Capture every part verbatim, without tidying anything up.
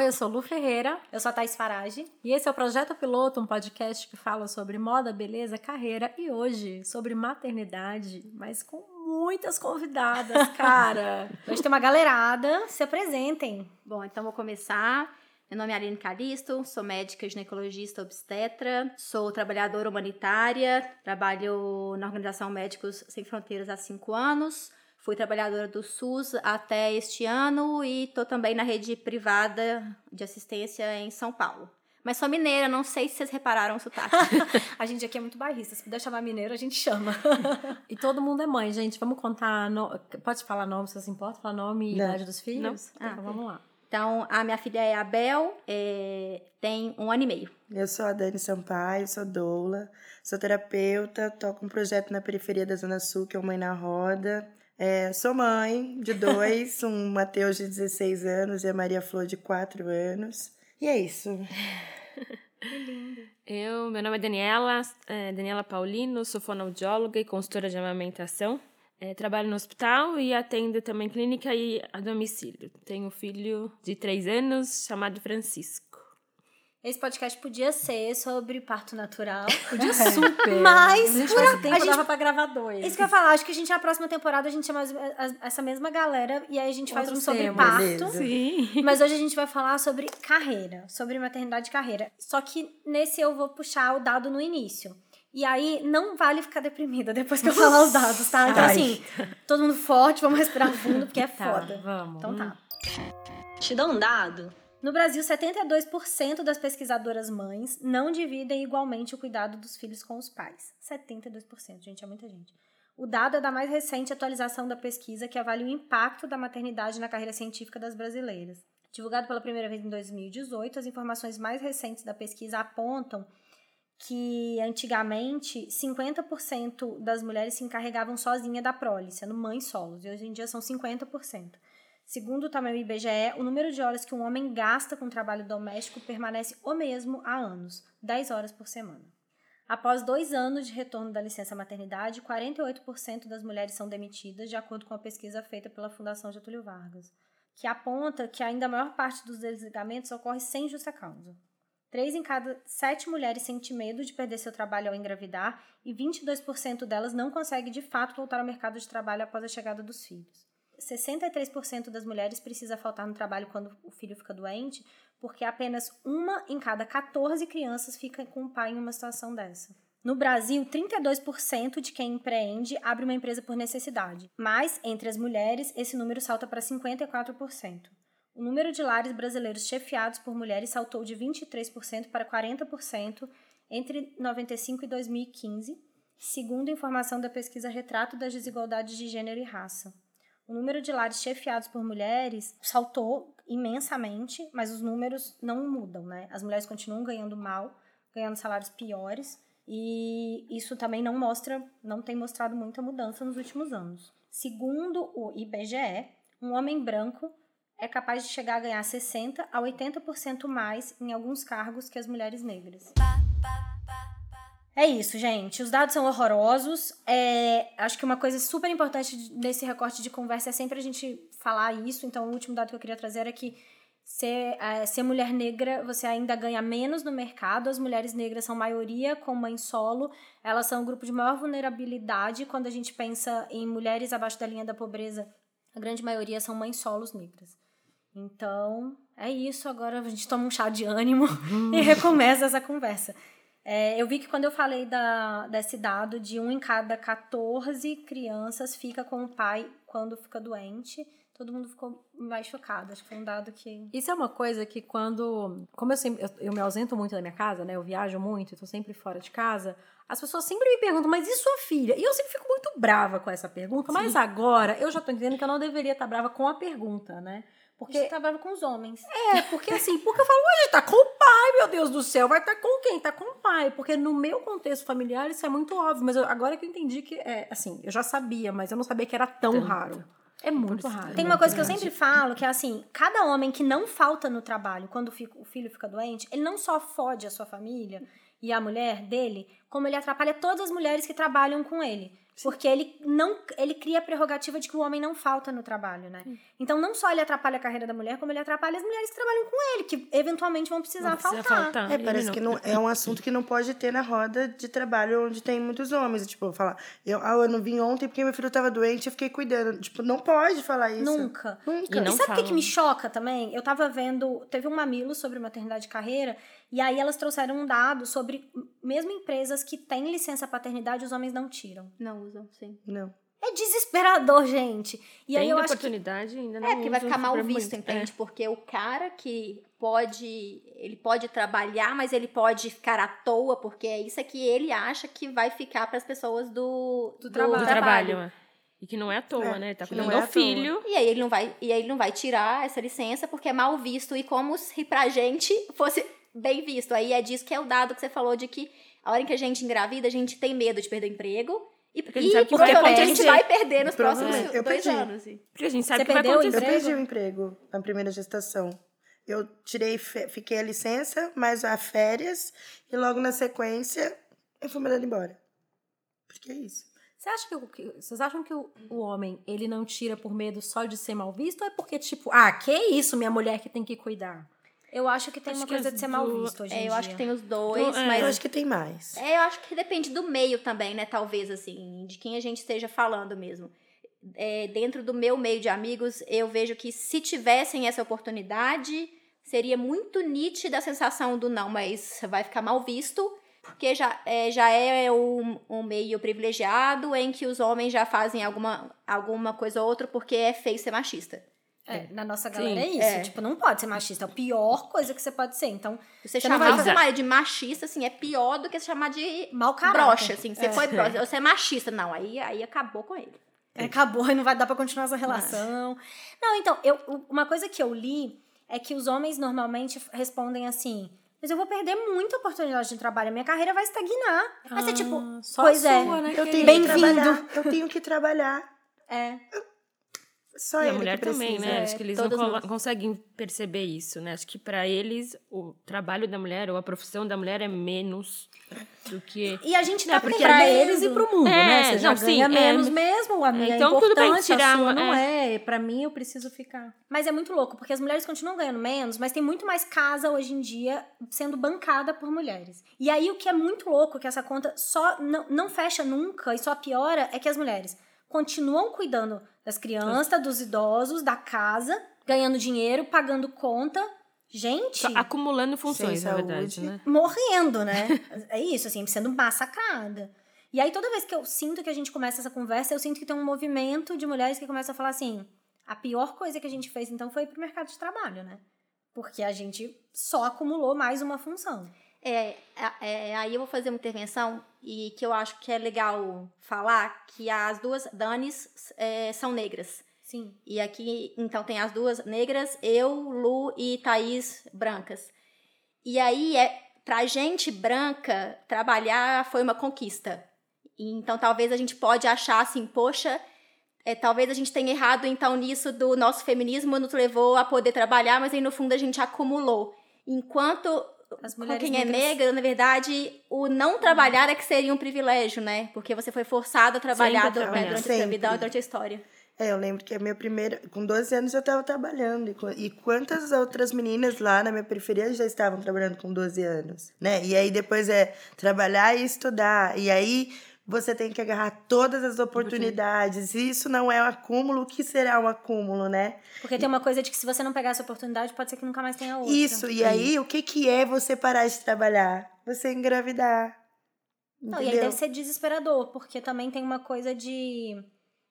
eu sou Lu Ferreira. Eu sou a Thaís Farage. E esse é o Projeto Piloto, um podcast que fala sobre moda, beleza, carreira e hoje sobre maternidade, mas com muitas convidadas, cara. Hoje tem uma galerada, se apresentem. Bom, então vou começar. Meu nome é Aline Calisto, sou médica ginecologista obstetra, sou trabalhadora humanitária, trabalho na Organização Médicos Sem Fronteiras há cinco anos. Fui trabalhadora do SUS até este ano e estou também na rede privada de assistência em São Paulo. Mas sou mineira, não sei se vocês repararam o sotaque. A gente aqui é muito bairrista, se puder chamar mineiro, a gente chama. E todo mundo é mãe, gente. Vamos contar... No... Pode falar nome, se você importa? Falar nome e não. idade dos filhos? Não. Ah, então vamos lá. Então, a minha filha é a Bel, é... tem um ano e meio. Eu sou a Dani Sampaio, sou doula, sou terapeuta, toco um projeto na periferia da Zona Sul, que é o Mãe na Roda. É, sou mãe de dois, um Matheus de dezesseis anos e a Maria Flor de quatro anos. E é isso. Que lindo. Eu, meu nome é Daniela, é, Daniela Paulino, sou fonoaudióloga e consultora de amamentação. É, trabalho no hospital e atendo também clínica e a domicílio. Tenho um filho de três anos chamado Francisco. Esse podcast podia ser sobre parto natural. Podia super. Mas, a gente por faz tempo, a gente... dava pra gravar dois. Isso que eu ia falar, acho que a gente, na próxima temporada, a gente chama as, as, essa mesma galera e aí a gente faz Outros um sobre temas. parto. Beleza. Sim. Mas hoje a gente vai falar sobre carreira, sobre maternidade e carreira. Só que nesse eu vou puxar o dado no início. E aí, não vale ficar deprimida depois que eu falar os dados, tá? Então, Ai. assim, todo mundo forte, vamos respirar fundo, porque é Tá, foda. vamos. Então tá. Te dou um dado? No Brasil, setenta e dois por cento das pesquisadoras mães não dividem igualmente o cuidado dos filhos com os pais. setenta e dois por cento, gente, é muita gente. O dado é da mais recente atualização da pesquisa que avalia o impacto da maternidade na carreira científica das brasileiras. Divulgado pela primeira vez em dois mil e dezoito, as informações mais recentes da pesquisa apontam que antigamente cinquenta por cento das mulheres se encarregavam sozinha da prole, sendo mães solos, e hoje em dia são cinquenta por cento. Segundo também o I B G E, o número de horas que um homem gasta com trabalho doméstico permanece o mesmo há anos, dez horas por semana. Após dois anos de retorno da licença maternidade, quarenta e oito por cento das mulheres são demitidas, de acordo com a pesquisa feita pela Fundação Getúlio Vargas, que aponta que ainda a maior parte dos desligamentos ocorre sem justa causa. Três em cada sete mulheres sente medo de perder seu trabalho ao engravidar e vinte e dois por cento delas não conseguem de fato voltar ao mercado de trabalho após a chegada dos filhos. sessenta e três por cento das mulheres precisa faltar no trabalho quando o filho fica doente, porque apenas uma em cada quatorze crianças fica com o pai em uma situação dessa. No Brasil, trinta e dois por cento de quem empreende abre uma empresa por necessidade, mas entre as mulheres esse número salta para cinquenta e quatro por cento. O número de lares brasileiros chefiados por mulheres saltou de vinte e três por cento para quarenta por cento entre noventa e cinco e dois mil e quinze, segundo informação da pesquisa Retrato das Desigualdades de Gênero e Raça. O número de lares chefiados por mulheres saltou imensamente, mas os números não mudam, né? As mulheres continuam ganhando mal, ganhando salários piores, e isso também não mostra, não tem mostrado muita mudança nos últimos anos. Segundo o I B G E, um homem branco é capaz de chegar a ganhar sessenta a oitenta por cento mais em alguns cargos que as mulheres negras. É isso, gente. Os dados são horrorosos. É, acho que uma coisa super importante nesse recorte de conversa é sempre a gente falar isso. Então, o último dado que eu queria trazer é que ser, é, ser mulher negra, você ainda ganha menos no mercado. As mulheres negras são maioria com mãe solo. Elas são o grupo de maior vulnerabilidade. Quando a gente pensa em mulheres abaixo da linha da pobreza, a grande maioria são mães solos negras. Então, é isso. Agora a gente toma um chá de ânimo e recomeça essa conversa. É, eu vi que quando eu falei da, desse dado de um em cada quatorze crianças fica com o pai quando fica doente, todo mundo ficou mais chocado. Acho que foi um dado que... Isso é uma coisa que quando... Como eu, sempre, eu, eu me ausento muito da minha casa, né? Eu viajo muito, estou sempre fora de casa. As pessoas sempre me perguntam, mas e sua filha? E eu sempre fico muito brava com essa pergunta, mas agora eu já estou entendendo que eu não deveria estar brava com a pergunta, né? Porque você trabalha com os homens. É, porque assim, porque eu falo, hoje tá com o pai, meu Deus do céu, vai estar tá com quem? Tá com o pai. Porque no meu contexto familiar isso é muito óbvio, mas eu, agora que eu entendi que, é, assim, eu já sabia, mas eu não sabia que era tão Tanto. raro. É muito raro. Tem uma coisa que eu sempre falo, que é assim, cada homem que não falta no trabalho quando o filho fica doente, ele não só fode a sua família e a mulher dele, como ele atrapalha todas as mulheres que trabalham com ele. Porque ele não ele cria a prerrogativa de que o homem não falta no trabalho, né? Sim. Então, não só ele atrapalha a carreira da mulher, como ele atrapalha as mulheres que trabalham com ele, que eventualmente vão precisar precisa faltar. faltar. É, parece que não, é um assunto que não pode ter na roda de trabalho onde tem muitos homens. Tipo, falar, eu, ah, eu não vim ontem porque meu filho tava doente, eu fiquei cuidando. Tipo, não pode falar isso. Nunca. Nunca. E, não e sabe o que, que me falam. choca também? Eu tava vendo, teve um mamilo sobre maternidade e carreira, e aí elas trouxeram um dado sobre, mesmo empresas que têm licença paternidade, os homens não tiram. Não usam, sim. Não. É desesperador, gente. E aí Tem eu acho que oportunidade ainda não É, porque vai usam ficar mal super visto, muito. entende? Porque o cara que pode, ele pode trabalhar, mas ele pode ficar à toa, porque é isso que ele acha que vai ficar para as pessoas do, do, Do trabalho. Do trabalho, é. E que não é à toa, É, né? Tá que não cuidando é do à toa. filho. E aí ele não vai, e aí ele não vai tirar essa licença porque é mal visto e como se pra gente fosse bem visto. Aí é disso que é o dado que você falou de que a hora em que a gente engravida, a gente tem medo de perder o emprego. E, Porque a gente sabe que provavelmente vai a gente perder. vai perder nos próximos Provavelmente. Eu dois perdi. anos. e- Porque a gente sabe Você que vai perdeu o acontecer. Eu Emprego? perdi o emprego na primeira gestação. Eu tirei, fe- fiquei a licença, mais a férias, e logo na sequência eu fui mandada embora. Porque é isso. Você acha que, o- que- vocês acham que o, o homem, ele não tira por medo só de ser mal visto? Ou é porque, tipo, ah, que isso, minha mulher que tem que cuidar? Eu acho que tem Acho uma que coisa as de ser mal do- visto hoje em É, eu dia. acho que tem os dois, É. mas Eu acho que tem mais. É, eu acho que depende do meio também, né? Talvez, assim, de quem a gente esteja falando mesmo. É, dentro do meu meio de amigos, eu vejo que se tivessem essa oportunidade, seria muito nítida a sensação do não, mas vai ficar mal visto, porque já é, já é um, um meio privilegiado em que os homens já fazem alguma, alguma coisa ou outra porque é feio ser machista. É, na nossa Sim, galera é isso. é. Tipo, não pode ser machista. É a pior coisa que você pode ser. Então, Você, Você não chamar vai o seu marido de machista, assim, é pior do que se chamar de mau caráter. broxa, assim. Você É. foi broxa, você é machista. Não, aí, aí acabou com ele. acabou e não vai dar pra continuar essa relação. Não, então, eu, uma coisa que eu li é que os homens normalmente respondem assim: mas eu vou perder muita oportunidade de trabalho, a minha carreira vai estagnar. Vai ser tipo, Ah, só pois a é, sua, né, Eu querida? tenho que Bem-vindo. trabalhar. Eu tenho que trabalhar. é. Só E ele a mulher que precisa. também, né? é, Acho que eles todos não colo- nós. conseguem perceber isso, né? Acho que pra eles o trabalho da mulher ou a profissão da mulher é menos do que... E a gente tá É, porque perdendo. pra eles e pro mundo, É, né? Você já não, sim, ganha é, menos mas- mesmo, a minha é então tudo bem importante, tirar a sua uma- não é. Pra mim, eu preciso ficar. Mas é muito louco, porque as mulheres continuam ganhando menos, mas tem muito mais casa hoje em dia sendo bancada por mulheres. E aí o que é muito louco, que essa conta só não, não fecha nunca e só piora, é que as mulheres continuam cuidando das crianças, dos idosos, da casa, ganhando dinheiro, pagando conta. Gente, Só acumulando funções, Sem na verdade, saúde. né? morrendo, né? É isso, assim, sendo massacrada. E aí, toda vez que eu sinto que a gente começa essa conversa, eu sinto que tem um movimento de mulheres que começam a falar assim: a pior coisa que a gente fez, então, foi ir pro mercado de trabalho, né? Porque a gente só acumulou mais uma função. É, é, aí eu vou fazer uma intervenção e que eu acho que é legal falar que as duas Danis é, são negras. Sim. E aqui, então, tem as duas negras, eu, Lu e Thaís brancas. E aí, é, pra gente branca, trabalhar foi uma conquista. E, então, talvez a gente pode achar assim, poxa, é, talvez a gente tenha errado, então, nisso do nosso feminismo nos levou a poder trabalhar, mas aí, no fundo, a gente acumulou. Enquanto... As Com mulheres quem é negras- negra, na verdade, o não trabalhar é que seria um privilégio, né? Porque você foi forçado a trabalhar Sempre tra- trabalhar. durante a Sempre. escravidão e durante a história. É, eu lembro que a minha primeira... Com doze anos eu estava trabalhando. E, qu- e quantas outras meninas lá na minha periferia já estavam trabalhando com doze anos, né? E aí depois é trabalhar e estudar. E aí você tem que agarrar todas as oportunidades. E isso não é um acúmulo. O que será um acúmulo, né? Porque tem uma coisa de que se você não pegar essa oportunidade, pode ser que nunca mais tenha outra. Isso. E aí, o que, que é você parar de trabalhar? Você engravidar. Não, e aí Entendeu? deve ser desesperador, porque também tem uma coisa de,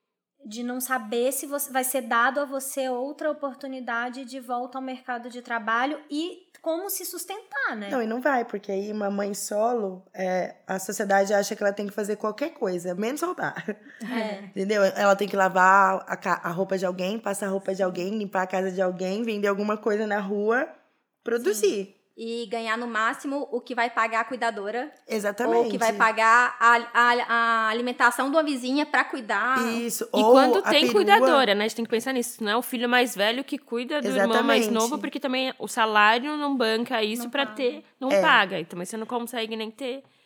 de não saber se você, vai ser dado a você outra oportunidade de volta ao mercado de trabalho e como se sustentar, né? Não, e não vai, porque aí uma mãe solo, é, a sociedade acha que ela tem que fazer qualquer coisa, menos roubar. É. Entendeu? Ela tem que lavar a, ca- a roupa de alguém, passar a roupa de alguém, limpar a casa de alguém, vender alguma coisa na rua, produzir. E ganhar no máximo o que vai pagar a cuidadora. Exatamente. Ou que vai pagar a, a, a alimentação de uma vizinha pra cuidar. Isso. E Ou quando a tem perua- cuidadora, né? A gente tem que pensar nisso. Não é o filho mais velho que cuida do irmão mais Exatamente. novo, porque também o salário não banca isso Não pra paga. ter, não É. paga. E também você não consegue nem ter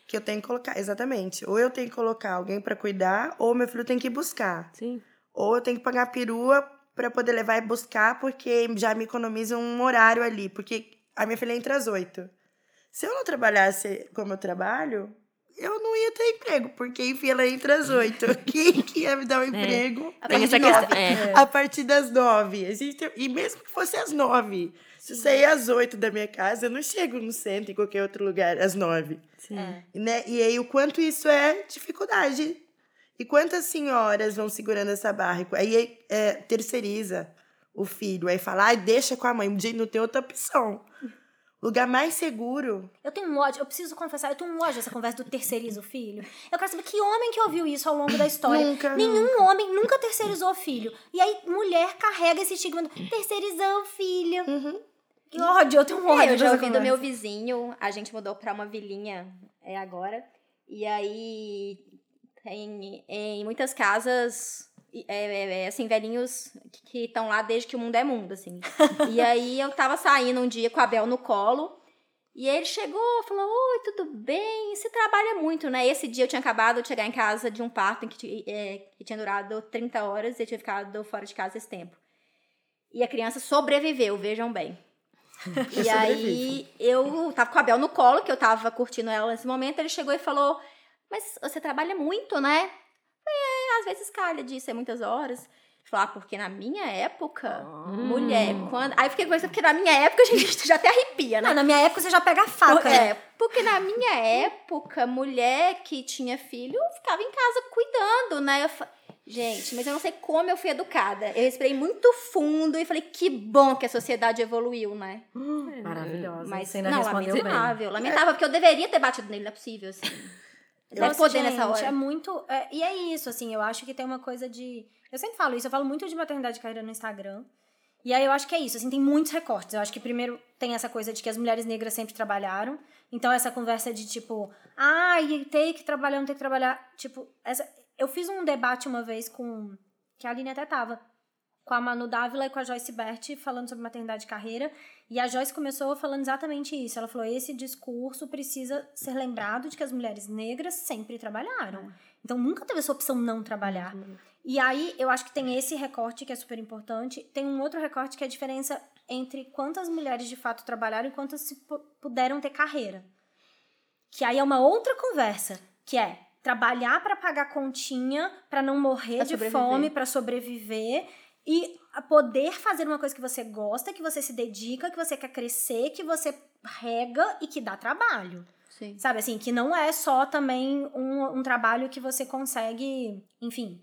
que eu tenho que colocar, exatamente. Ou eu tenho que colocar alguém para cuidar, ou meu filho tem que ir buscar. Sim. Ou eu tenho que pagar perua para poder levar e buscar, porque já me economiza um horário ali. Porque a minha filha entra às oito. Se eu não trabalhasse como eu trabalho, eu não ia ter emprego, porque enfim, ela entra às oito. Quem que ia me dar um emprego? É. Tem essa questão. É. A partir das nove. Existe, e mesmo que fosse às nove. Se eu sair às oito da minha casa, eu não chego no centro, em qualquer outro lugar, às nove. Sim. É. Né? E aí, o quanto isso é dificuldade. E quantas senhoras vão segurando essa barra? Aí é, terceiriza o filho. Aí fala, ai, deixa com a mãe. Não tem outra opção. Lugar mais seguro. Eu tenho um ódio, eu preciso confessar, eu tenho um ódio dessa conversa do terceiriza o filho. Eu quero saber que homem que ouviu isso ao longo da história. Nunca. Nenhum nunca. homem nunca terceirizou o filho. E aí, mulher carrega esse estigma do terceirizou o filho. Uhum. Que ódio, eu tenho um ódio É, eu já dessa ouvi do conversa. meu vizinho, a gente mudou pra uma vilinha é, agora, e aí tem em muitas casas, é, é, assim, velhinhos que estão lá desde que o mundo é mundo, assim. E aí eu tava saindo um dia com a Bel no colo, e ele chegou, falou, oi, tudo bem? Você trabalha muito, né? Esse dia eu tinha acabado de chegar em casa de um parto que, é, que tinha durado trinta horas, e eu tinha ficado fora de casa esse tempo. E a criança sobreviveu, vejam bem. E aí, eu tava com a Bel no colo, que eu tava curtindo ela nesse momento, ele chegou e falou, mas você trabalha muito, né? É, às vezes calha disso, é muitas horas. Ele falou, ah, porque na minha época, Hum. mulher, mulher, quando... Aí eu fiquei pensando, porque na minha época, a gente já até arrepia, né? Não, na minha época você já pega a faca. né? É, porque na minha época, mulher que tinha filho ficava em casa cuidando, né? Eu fa... Gente, mas eu não sei como eu fui educada. Eu respirei muito fundo e falei, que bom que a sociedade evoluiu, né? Maravilhosa. Mas Você ainda não, respondeu bem. lamentável. Lamentável, porque eu deveria ter batido nele, não é possível, assim. Deve Nossa, poder gente, nessa hora. é muito... é, e é isso, assim, eu acho que tem uma coisa de... Eu sempre falo isso, eu falo muito de maternidade e carreira no Instagram. E aí eu acho que é isso, assim, tem muitos recortes. Eu acho que primeiro tem essa coisa de que as mulheres negras sempre trabalharam. Então essa conversa de tipo, ai, tem que trabalhar, não tem que trabalhar. Tipo, essa... eu fiz um debate uma vez com... que a Aline até tava. Com a Manu Dávila e com a Joyce Berti falando sobre maternidade e carreira. E a Joyce começou falando exatamente isso. Ela falou, esse discurso precisa ser lembrado de que as mulheres negras sempre trabalharam. Então, nunca teve essa opção não trabalhar. E aí, eu acho que tem esse recorte que é super importante. Tem um outro recorte que é a diferença entre quantas mulheres de fato trabalharam e quantas se pu- puderam ter carreira. Que aí é uma outra conversa, que é trabalhar para pagar continha, para não morrer Pra de sobreviver. fome, para sobreviver e a poder fazer uma coisa que você gosta, que você se dedica, que você quer crescer, que você rega e que dá trabalho. Sim. Sabe, assim, que não é só também um, um trabalho que você consegue, enfim,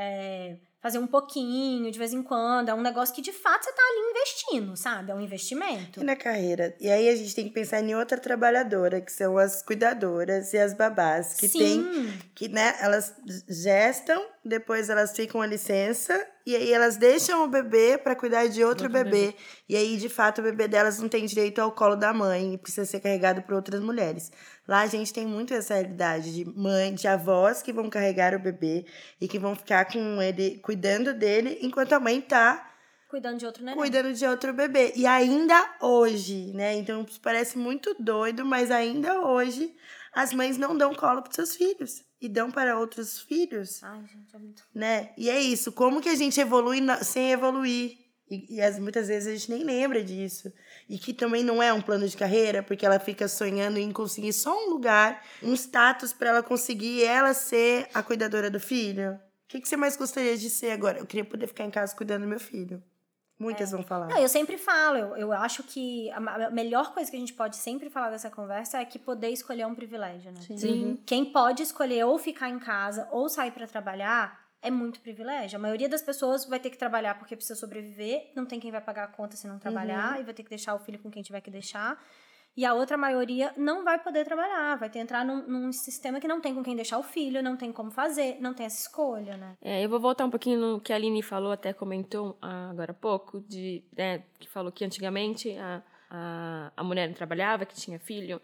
é, fazer um pouquinho de vez em quando. É um negócio que, de fato, você tá ali investindo, sabe? É um investimento. E na carreira. E aí a gente tem que pensar em outra trabalhadora, que são as cuidadoras e as babás, que Sim. tem, que, né, elas gestam, depois elas ficam a licença, e aí elas deixam o bebê para cuidar de outro, Outro bebê. bebê. E aí, de fato, o bebê delas não tem direito ao colo da mãe e precisa ser carregado por outras mulheres. Lá a gente tem muito essa realidade de mãe, de avós que vão carregar o bebê e que vão ficar com ele, cuidando dele, enquanto a mãe tá Cuidando de outro neném. cuidando de outro bebê. E ainda hoje, né? Então, isso parece muito doido, mas ainda hoje as mães não dão colo para seus filhos e dão para outros filhos, Ai, gente, é muito... né? E é isso. Como que a gente evolui na- sem evoluir? E, e as, muitas vezes a gente nem lembra disso. E que também não é um plano de carreira, porque ela fica sonhando em conseguir só um lugar, um status para ela conseguir ela ser a cuidadora do filho. O que, que você mais gostaria de ser agora? Eu queria poder ficar em casa cuidando do meu filho. Muitas vão falar. Não, eu sempre falo, eu, eu acho que a, ma- a melhor coisa que a gente pode sempre falar dessa conversa é que poder escolher é um privilégio, né? Sim. Quem pode escolher ou ficar em casa ou sair pra trabalhar é muito privilégio. A maioria das pessoas vai ter que trabalhar porque precisa sobreviver, não tem quem vai pagar a conta se não trabalhar, e vai ter que deixar o filho com quem tiver que deixar. E a outra maioria não vai poder trabalhar, vai ter que entrar num, num sistema que não tem com quem deixar o filho, não tem como fazer, não tem essa escolha, né? É, eu vou voltar um pouquinho no que a Aline falou, até comentou ah, agora há pouco, de, né, que falou que antigamente a, a, a mulher não trabalhava, que tinha filho.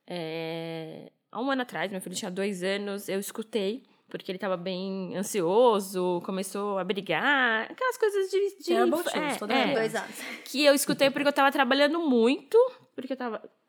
É, há um ano atrás, meu filho tinha dois anos, eu escutei, porque ele estava bem ansioso, começou a brigar, aquelas coisas de... de Terrible twos, é, toda é, criança. Dois anos. que eu escutei porque eu estava trabalhando muito, porque eu estava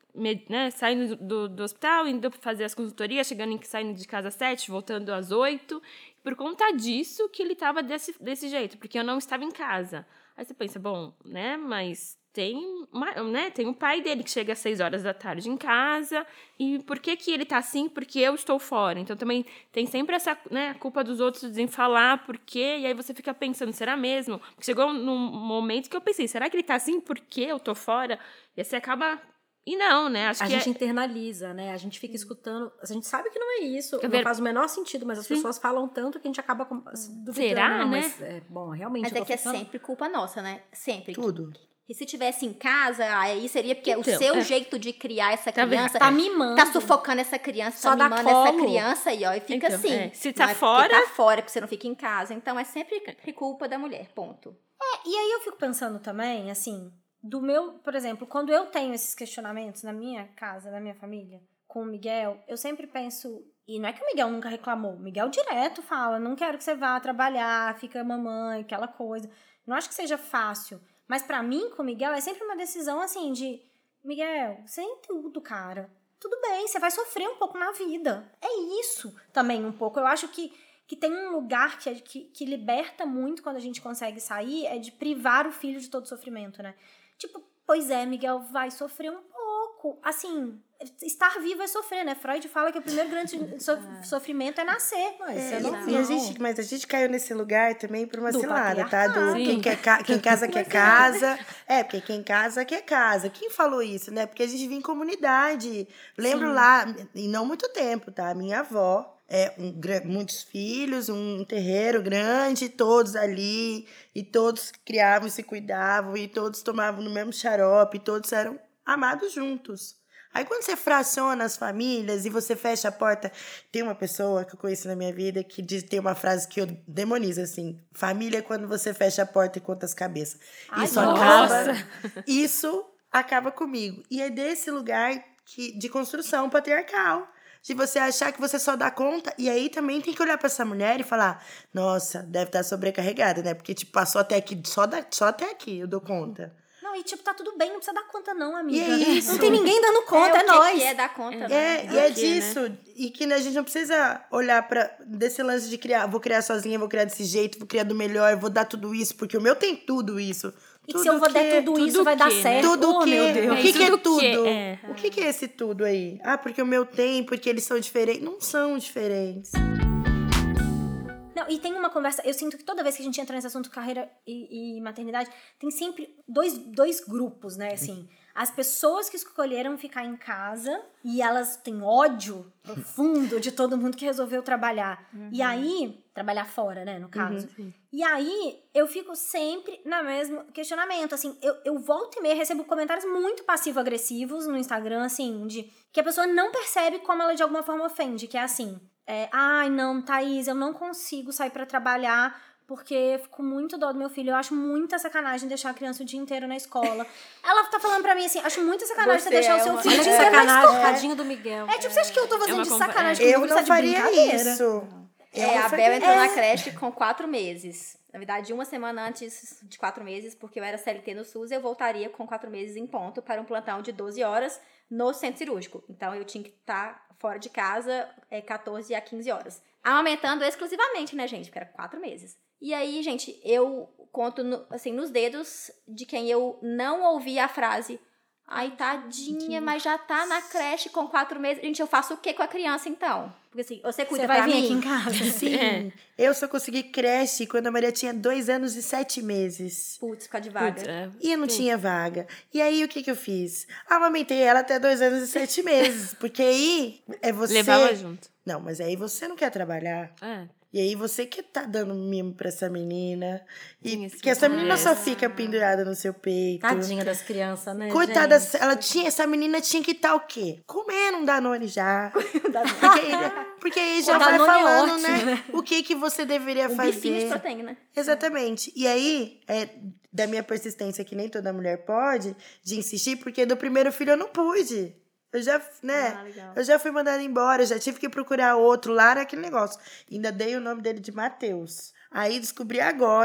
né, saindo do, do hospital, indo fazer as consultorias, chegando em, saindo de casa às sete, voltando às oito. Por conta disso que ele estava desse, desse jeito, porque eu não estava em casa. Aí você pensa, bom, né, mas tem, uma, né, tem um pai dele que chega às seis horas da tarde em casa, e por que que ele tá assim? Porque eu estou fora. Então também tem sempre essa, né, culpa dos outros em falar por quê, e aí você fica pensando, será mesmo? Porque chegou num momento que eu pensei, será que ele tá assim porque eu tô fora? E aí você acaba... E não, né? Acho a que gente é... internaliza, né? A gente fica escutando... A gente sabe que não é isso. É não ver... faz o menor sentido, mas as Sim. pessoas falam tanto que a gente acaba duvidando. Será, não, né? Mas, é, bom, realmente... Mas é que ficando... é sempre culpa nossa, né? Sempre. Tudo. E se tivesse em casa, aí seria porque Então, o seu é. jeito de criar essa Tá criança... Tá mimando. Tá sufocando essa criança, Só tá dá mimando essa colo. criança aí, ó. E fica Então, assim. é. Se tá Não é fora... porque tá fora, porque você não fica em casa. Então, é sempre culpa da mulher, ponto. É, e aí eu fico pensando também, assim... Do meu, por exemplo, quando eu tenho esses questionamentos na minha casa, na minha família, com o Miguel, eu sempre penso... E não é que o Miguel nunca reclamou. O Miguel direto fala, não quero que você vá trabalhar, fica mamãe, aquela coisa. Não acho que seja fácil. Mas pra mim, com o Miguel, é sempre uma decisão assim de... Miguel, você tem tudo, cara. Tudo bem, você vai sofrer um pouco na vida. É isso também um pouco. Eu acho que, que tem um lugar que, que, que liberta muito quando a gente consegue sair, é de privar o filho de todo sofrimento, né? Tipo, pois é, Miguel vai sofrer um pouco. Assim, estar vivo é sofrer, né? Freud fala que o primeiro grande so- sofrimento é nascer. Mas, É, é, não, e a não. gente, mas a gente caiu nesse lugar também por uma Do cilada, tá? Do patriarcado. quem, quer, ca- quem casa quer casa. É, porque quem casa quer casa. Quem falou isso, né? Porque a gente vive em comunidade. Lembro Sim. lá, e não muito tempo, tá? Minha avó, é, um, gra- muitos filhos, um terreiro grande, todos ali, e todos criavam e se cuidavam, e todos tomavam no mesmo xarope, e todos eram amados juntos. Aí quando você fraciona as famílias e você fecha a porta... Tem uma pessoa que eu conheço na minha vida que diz, tem uma frase que eu demonizo, assim. Família é quando você fecha a porta e conta as cabeças. Ai, Isso nossa. acaba... Isso acaba comigo. E é desse lugar que, de construção patriarcal. De você achar que você só dá conta. E aí também tem que olhar pra essa mulher e falar... Nossa, deve estar sobrecarregada, né? Porque tipo, passou até aqui, só, da, só até aqui eu dou conta. Não, e tipo, tá tudo bem, não precisa dar conta não, amiga. E é isso. Não tem ninguém dando conta, é, é o que nós. que é dar conta, né? É, e é quê, disso. E que a gente não precisa olhar para desse lance de criar, vou criar sozinha, vou criar desse jeito, vou criar do melhor, vou dar tudo isso, porque o meu tem tudo isso. E Tudo se eu vou dar que- tudo, tudo isso, vai dar que, né? certo. Tudo Oh, que, meu Deus. o que, que é Tudo tudo? que é. O que, que é esse tudo aí? Ah, porque o meu tem, porque eles são diferentes. Não são diferentes. Não, e tem uma conversa, eu sinto que toda vez que a gente entra nesse assunto carreira e, e maternidade, tem sempre dois, dois grupos, né, assim. As pessoas que escolheram ficar em casa e elas têm ódio profundo de todo mundo que resolveu trabalhar. Uhum. E aí, trabalhar fora, né, no caso. Uhum. E aí, eu fico sempre no mesmo questionamento, assim, eu, eu volto e meia, recebo comentários muito passivo-agressivos no Instagram, assim, de que a pessoa não percebe como ela de alguma forma ofende, que é assim... É, ai, não, Thaís, eu não consigo sair pra trabalhar porque eu fico muito dó do meu filho. Eu acho muita sacanagem deixar a criança o dia inteiro na escola. Ela tá falando pra mim assim, acho muita sacanagem você, Você deixar é o seu uma- filho o Olha dia que inteiro na sacanagem, escola. tadinho do Miguel. É tipo, você acha que eu tô fazendo uma de compa- sacanagem Eu comigo? Você não tá de faria brincadeira? isso. É, Eu a não Bel faria entrou na isso. creche com quatro meses. Na verdade, uma semana antes de quatro meses, porque eu era C L T no SUS, eu voltaria com quatro meses em ponto para um plantão de doze horas no centro cirúrgico. Então, eu tinha que estar fora de casa é, quatorze a quinze horas. Amamentando exclusivamente, né, gente? Porque era quatro meses. E aí, gente, eu conto, no, assim, nos dedos de quem eu não ouvi a frase... Ai, tadinha, mas já tá na creche com quatro meses. Gente, eu faço o que com a criança, então? Porque assim, você cuida Você vai pra vir mim? aqui em casa? Sim, É. eu só consegui creche quando a Maria tinha dois anos e sete meses. Putz, ficar de vaga. Putz, é. E eu não tinha vaga. E aí, o que que eu fiz? Amamentei ela até dois anos e sete meses. Porque aí é você... Levava junto. Não, mas aí você não quer trabalhar. É. E aí você que tá dando mimo pra essa menina. E Sim, esse que essa momento. menina só fica pendurada no seu peito. Tadinha das crianças, né, Coitada, gente? ela tinha, essa menina tinha que estar o quê? Comendo um Danone já. Porque, porque aí já O vai Danone é falando, ótimo, né? né? O que que você deveria Um fazer. bifinho de proteína. Exatamente. E aí, é da minha persistência, que nem toda mulher pode, de insistir, porque do primeiro filho eu não pude. Eu já, né? Ah, legal. Eu já fui mandada embora, já tive que procurar outro lá, era aquele negócio. Ainda dei o nome dele de Matheus. Aí descobri agora,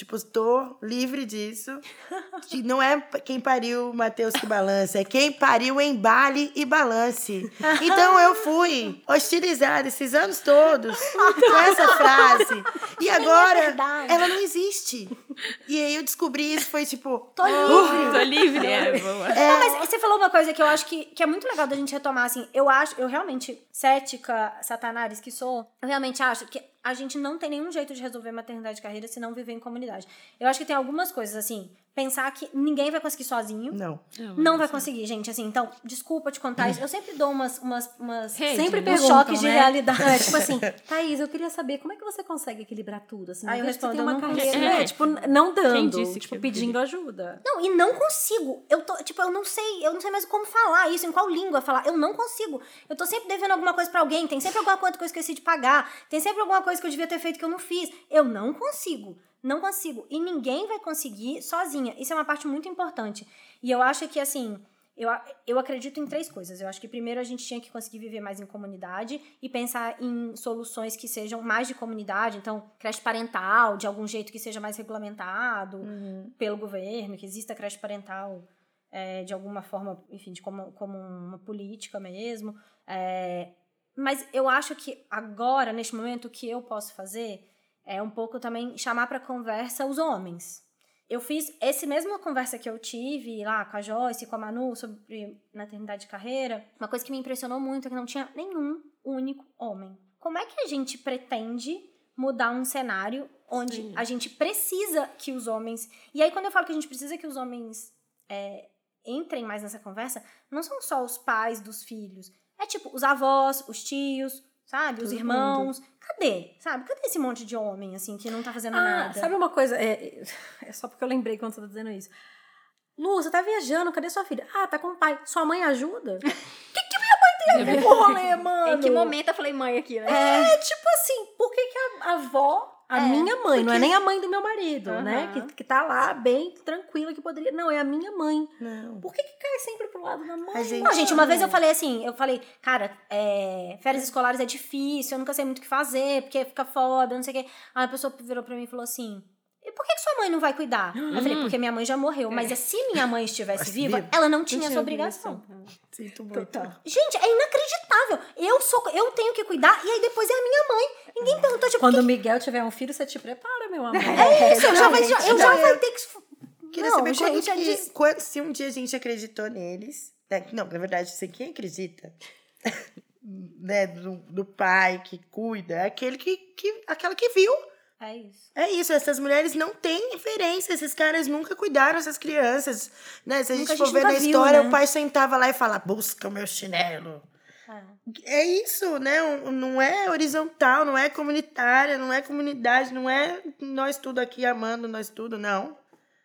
Tipo, estou livre disso. Que não é quem pariu Matheus que balance, é quem pariu embale e balance. Então eu fui hostilizada esses anos todos com essa frase. E agora ela não existe. E aí eu descobri isso, foi tipo... Tô livre. Tô livre, é. Boa. Não, mas você falou uma coisa que eu acho que, que é muito legal da gente retomar, assim, eu acho, eu realmente, cética, satanares que sou, eu realmente acho que a gente não tem nenhum jeito de resolver maternidade e carreira se não viver em comunidade. Eu acho que tem algumas coisas, assim, pensar que ninguém vai conseguir sozinho. Não. Não, não vai conseguir, gente, assim, então, desculpa te contar isso. Eu sempre dou umas, umas, umas Hey, sempre uns perguntam, choques né? de realidade. É, tipo assim, Thaís, eu queria saber como é que você consegue equilibrar tudo, assim, Aí eu eu vejo que você respondo, tem eu uma não carreira, consigo. é, tipo, não Quem dando, disse tipo, que eu pedindo ajuda. Não, e não consigo. Eu tô, tipo, eu não sei, eu não sei mais como falar isso, em qual língua falar. Eu não consigo. Eu tô sempre devendo alguma coisa pra alguém, tem sempre alguma coisa que eu esqueci de pagar, tem sempre alguma coisa que eu devia ter feito que eu não fiz. Eu não consigo. Não consigo. E ninguém vai conseguir sozinha. Isso é uma parte muito importante. E eu acho que, assim, eu, eu acredito em três coisas. Eu acho que primeiro a gente tinha que conseguir viver mais em comunidade e pensar em soluções que sejam mais de comunidade. Então, creche parental, de algum jeito que seja mais regulamentado uhum. pelo governo, que exista creche parental é, de alguma forma, enfim, de como, como uma política mesmo. É, mas eu acho que agora, neste momento, o que eu posso fazer é um pouco também chamar para conversa os homens. Eu fiz essa mesma conversa que eu tive lá com a Joyce e com a Manu sobre maternidade e carreira. Uma coisa que me impressionou muito é que não tinha nenhum único homem. Como é que a gente pretende mudar um cenário onde Sim. a gente precisa que os homens... E aí, quando eu falo que a gente precisa que os homens é, entrem mais nessa conversa, não são só os pais dos filhos. É tipo os avós, os tios, sabe? Os Todo irmãos... Mundo. Cadê? Sabe? Cadê esse monte de homem, assim, que não tá fazendo ah, nada? Sabe uma coisa? É, é só porque eu lembrei quando você tá dizendo isso. Lu, você tá viajando, cadê sua filha? Ah, tá com o pai. Sua mãe ajuda? O que que minha mãe tem a ver com o rolê, mano? Em que momento eu falei mãe aqui, né? É, tipo assim, por que que a, a avó... A é, minha mãe, porque... não é nem a mãe do meu marido, uhum. né? Que, que tá lá bem tranquila, que poderia... Não, é a minha mãe. Não. Por que que cai sempre pro lado da mãe? Gente... Não, gente, uma vez eu falei assim, eu falei, cara, é, férias escolares é difícil, eu nunca sei muito o que fazer, porque fica foda, não sei o quê. Aí a pessoa virou pra mim e falou assim... E por que que sua mãe não vai cuidar? Hum. Eu falei, porque minha mãe já morreu. Mas se minha mãe estivesse viva, ela não tinha essa obrigação. Sinto muito. Então, gente, é inacreditável. Eu, sou, eu tenho que cuidar e aí depois é a minha mãe. Ninguém perguntou, tipo... Quando que... o Miguel tiver um filho, você te prepara, meu amor. É isso, eu já, vai, já, eu já vou ter que... Queria não, saber gente, quando que, diz... quando, se um dia a gente acreditou neles... Né? Não, na verdade, sei quem acredita... né, do, do pai que cuida, é aquele que, que, aquela que viu. É isso. É isso, essas mulheres não têm referência, esses caras nunca cuidaram dessas crianças, né? Se a gente nunca, for a gente ver na viu, história, né? O pai sentava lá e falava, busca o meu chinelo. É, é isso, né? Não é horizontal, não é comunitária, não é comunidade, não é nós tudo aqui amando, nós tudo, não.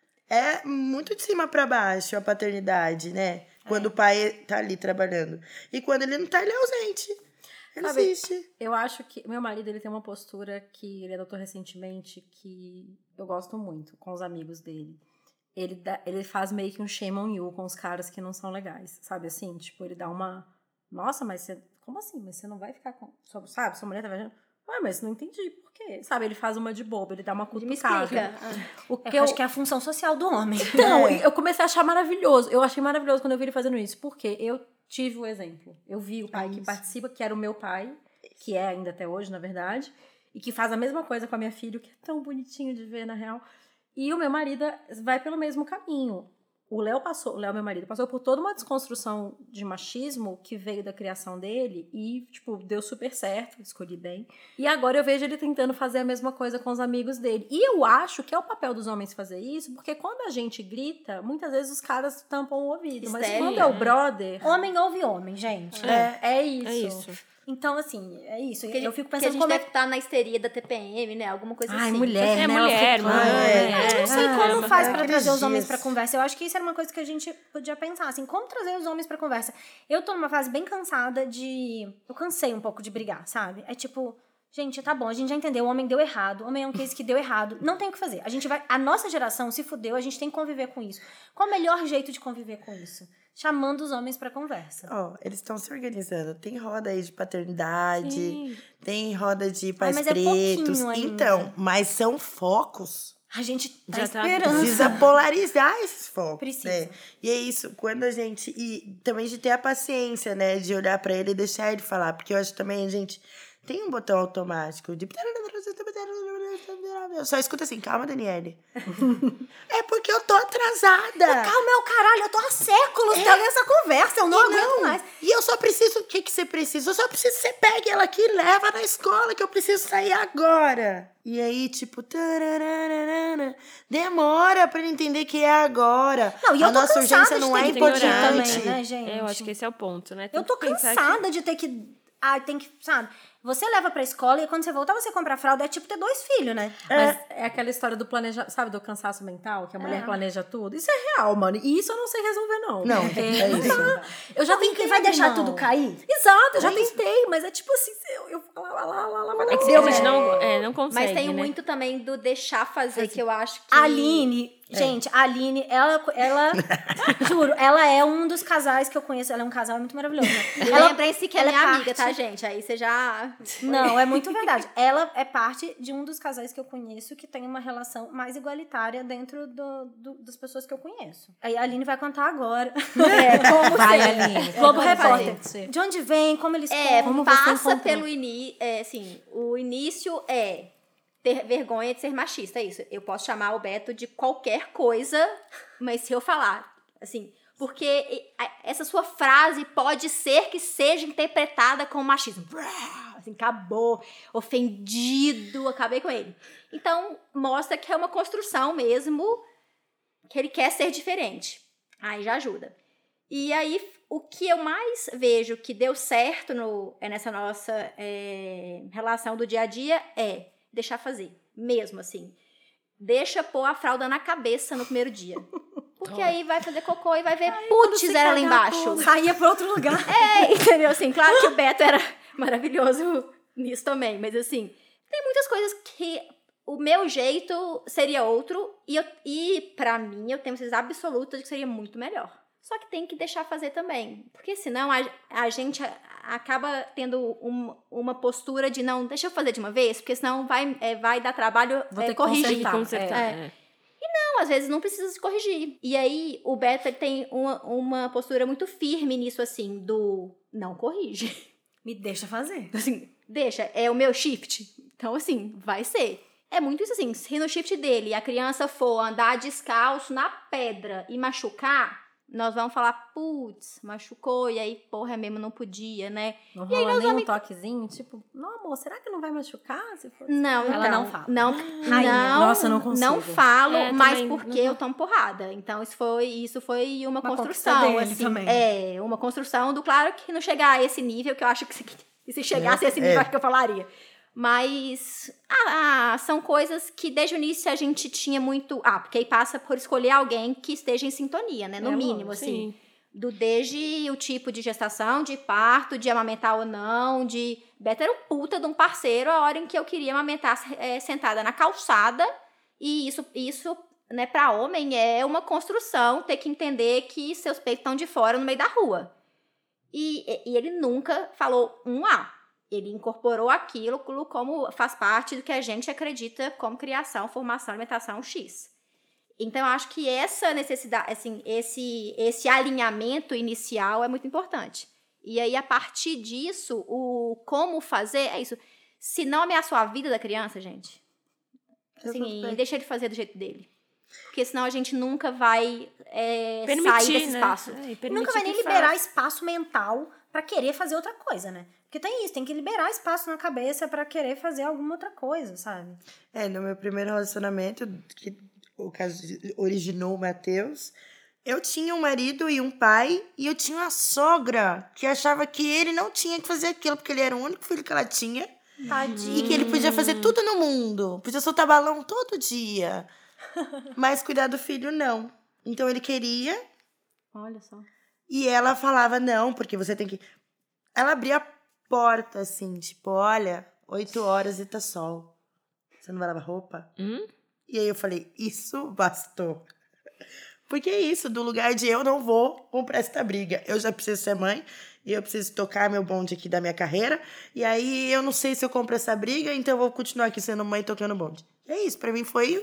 É muito de cima para baixo a paternidade, né? Quando é. o pai tá ali trabalhando. E quando ele não tá, ele é ausente. Ele Sabe, existe. Eu acho que... Meu marido, ele tem uma postura que ele adotou recentemente que eu gosto muito com os amigos dele. Ele, dá, ele faz meio que um shame on you com os caras que não são legais. Sabe assim? Tipo, ele dá uma... Nossa, mas você... Como assim? Mas você não vai ficar com... Sabe? Sua mulher tá viajando... Ué, mas não entendi por quê. Sabe? Ele faz uma de bobo, ele dá uma cutucada. O que eu acho que é a função social do homem. Então, é. eu comecei a achar maravilhoso. Eu achei maravilhoso quando eu vi ele fazendo isso. Porque eu tive o exemplo. Eu vi o pai é que participa, que era o meu pai, que é ainda até hoje, na verdade, e que faz a mesma coisa com a minha filha, que é tão bonitinho de ver, na real. E o meu marido vai pelo mesmo caminho. O Léo passou, o Léo, meu marido, passou por toda uma desconstrução de machismo que veio da criação dele e, tipo, deu super certo, escolhi bem. E agora eu vejo ele tentando fazer a mesma coisa com os amigos dele. E eu acho que é o papel dos homens fazer isso, porque quando a gente grita, muitas vezes os caras tampam o ouvido. Mas Estéria, quando é o brother... Homem ouve homem, gente. É, é isso. É isso. Então, assim, é isso. Porque eu fico pensando pensando que a gente como deve é... estar na histeria da T P M, né? Alguma coisa Ai, assim. mulher, é né? mulher, mãe. É. Eu não sei ah, como faz é pra trazer os homens dias. pra conversa. Eu acho que isso era uma coisa que a gente podia pensar, assim, como trazer os homens pra conversa. Eu tô numa fase bem cansada de... Eu cansei um pouco de brigar, sabe? É tipo... Gente, tá bom, a gente já entendeu, o homem deu errado, o homem é um case que deu errado, não tem o que fazer. A gente vai, a nossa geração se fudeu, a gente tem que conviver com isso. Qual o melhor jeito de conviver com isso? Chamando os homens pra conversa. Ó, oh, eles estão se organizando. Tem roda aí de paternidade, Sim. tem roda de pais Ai, mas pretos. É então, mas são focos. A gente tá Já tá- esperando. Precisa polarizar esses focos. Precisa. Né? E é isso, quando a gente. E também de ter a paciência, né? De olhar pra ele e deixar ele falar. Porque eu acho também a gente tem um botão automático de. Eu só escuta assim, calma, Daniele. É porque eu tô atrasada. Calma, é o caralho, eu tô há séculos tendo essa conversa, eu não E aguento mais. E eu só preciso. O que, que você precisa? Eu só preciso que você pegue ela aqui e leva na escola, que eu preciso sair agora. E aí, tipo, tarararara, demora pra ele entender que é agora. Não, e eu a tô nossa cansada urgência de não ter é que pedir importante. também, né, gente? Eu acho que esse é o ponto, né? Tem Eu tô que pensar cansada de ter que... Ah, tem que, sabe? Você leva pra escola e quando você voltar, você compra fralda. É tipo ter dois filhos, né? Mas é aquela história do planeja, sabe, do cansaço mental, que a mulher planeja tudo. Isso é real, mano. E isso eu não sei resolver, não. Não, Porque é não isso. dá. Eu já Não, e tentei. vai deixar irmão. tudo cair? Exato, eu já É isso. tentei, mas é tipo assim, eu, eu falo lá, lá, lá, lá, vai É dar que certo. a gente não, é, não consegue, Mas tem né? muito também do deixar fazer, que eu acho que... A Aline, gente, a Aline, ela, ela juro, ela é um dos casais que eu conheço. Ela é um casal muito maravilhoso, né? Ela, Lembrem-se que é ela minha é amiga, parte- tá, gente? Aí você já... Não, é muito verdade. Ela é parte de um dos casais que eu conheço que tem uma relação mais igualitária dentro do, do- das pessoas que eu conheço. Aí a Aline vai contar agora. É, como Vai, ser. Aline. Globo Conta pra Repórter. gente. De onde vem, como eles É, como você passa encontrou. pelo início, é, assim, o início é ter vergonha de ser machista, é isso. Eu posso chamar o Beto de qualquer coisa, mas se eu falar, assim, porque e- a- essa sua frase pode ser que seja interpretada como machismo. Brá, assim, acabou, ofendido, acabei com ele. Então, mostra que é uma construção mesmo, que ele quer ser diferente. Aí já ajuda. E aí, o que eu mais vejo que deu certo no, é nessa nossa é, relação do dia a dia é deixar fazer, mesmo assim. Deixa pôr a fralda na cabeça no primeiro dia. Porque aí vai fazer cocô e vai ver, putz, era lá embaixo. Saía pra outro lugar. É, entendeu? Assim, claro que o Beto era maravilhoso nisso também, mas assim, tem muitas coisas que o meu jeito seria outro e, eu, e pra mim eu tenho certeza absoluta de que seria muito melhor. Só que tem que deixar fazer também, porque senão a, a gente a- acaba tendo um- uma postura de não, deixa eu fazer de uma vez, porque senão vai, é, vai dar trabalho Vou é, ter que corrigir. consertar. Consertar, É. é. Não, às vezes não precisa se corrigir. E aí, o Beto ele tem uma, uma postura muito firme nisso, assim, do não corrige. Me deixa fazer. Assim, deixa, é o meu shift. Então, assim, vai ser. É muito isso, assim, se no shift dele a criança for andar descalço na pedra e machucar, nós vamos falar, putz, machucou, e aí, porra, mesmo não podia, né? Não rola nem um toquezinho, tipo, não, amor, será que não vai machucar? Se for... Não, Ela então, não fala. Não, Rainha, não, nossa, não consigo. não falo, É, mas também, porque não- eu tomo porrada. Então, isso foi, isso foi uma, Uma construção. conquista dele Assim, também. É, uma construção do, claro, que não chegar a esse nível, que eu acho que se, que se chegasse a esse nível, É. acho que eu falaria. Mas ah, ah, são coisas que desde o início a gente tinha muito... Ah, porque aí passa por escolher alguém que esteja em sintonia, né? No É, mínimo, lógico, assim. Sim. Do desde o tipo de gestação, de parto, de amamentar ou não, de... Beto era um puta de um parceiro a hora em que eu queria amamentar é, sentada na calçada. E isso, isso né, pra homem é uma construção, ter que entender que seus peitos estão de fora no meio da rua. E, e ele nunca falou um A. Ele incorporou aquilo como faz parte do que a gente acredita como criação, formação, alimentação X. Então, eu acho que essa necessidade, assim, esse, esse alinhamento inicial é muito importante. E aí, a partir disso, o como fazer é isso. Se não ameaçou a vida da criança, gente, assim, deixa ele fazer do jeito dele. Porque senão a gente nunca vai é, Permitir, sair desse né? espaço. É, e E permitir nunca vai nem que liberar faça. espaço mental pra querer fazer outra coisa, né? Porque tem isso, tem que liberar espaço na cabeça pra querer fazer alguma outra coisa, sabe? É, no meu primeiro relacionamento, que o caso originou o Matheus, eu tinha um marido e um pai, e eu tinha uma sogra que achava que ele não tinha que fazer aquilo, porque ele era o único filho que ela tinha, Tadinho. e que ele podia fazer tudo no mundo, podia soltar balão todo dia, mas cuidar do filho não. Então ele queria, Olha só. e ela falava, não, porque você tem que... Ela abria a porta, assim, tipo, olha, oito horas e tá sol. Você não vai lavar roupa? Hum? E aí eu falei, isso bastou. Porque é isso, do lugar de eu não vou comprar essa briga. Eu já preciso ser mãe, e eu preciso tocar meu bonde aqui da minha carreira, e aí eu não sei se eu compro essa briga, então eu vou continuar aqui sendo mãe tocando bonde. É isso, pra mim foi... o-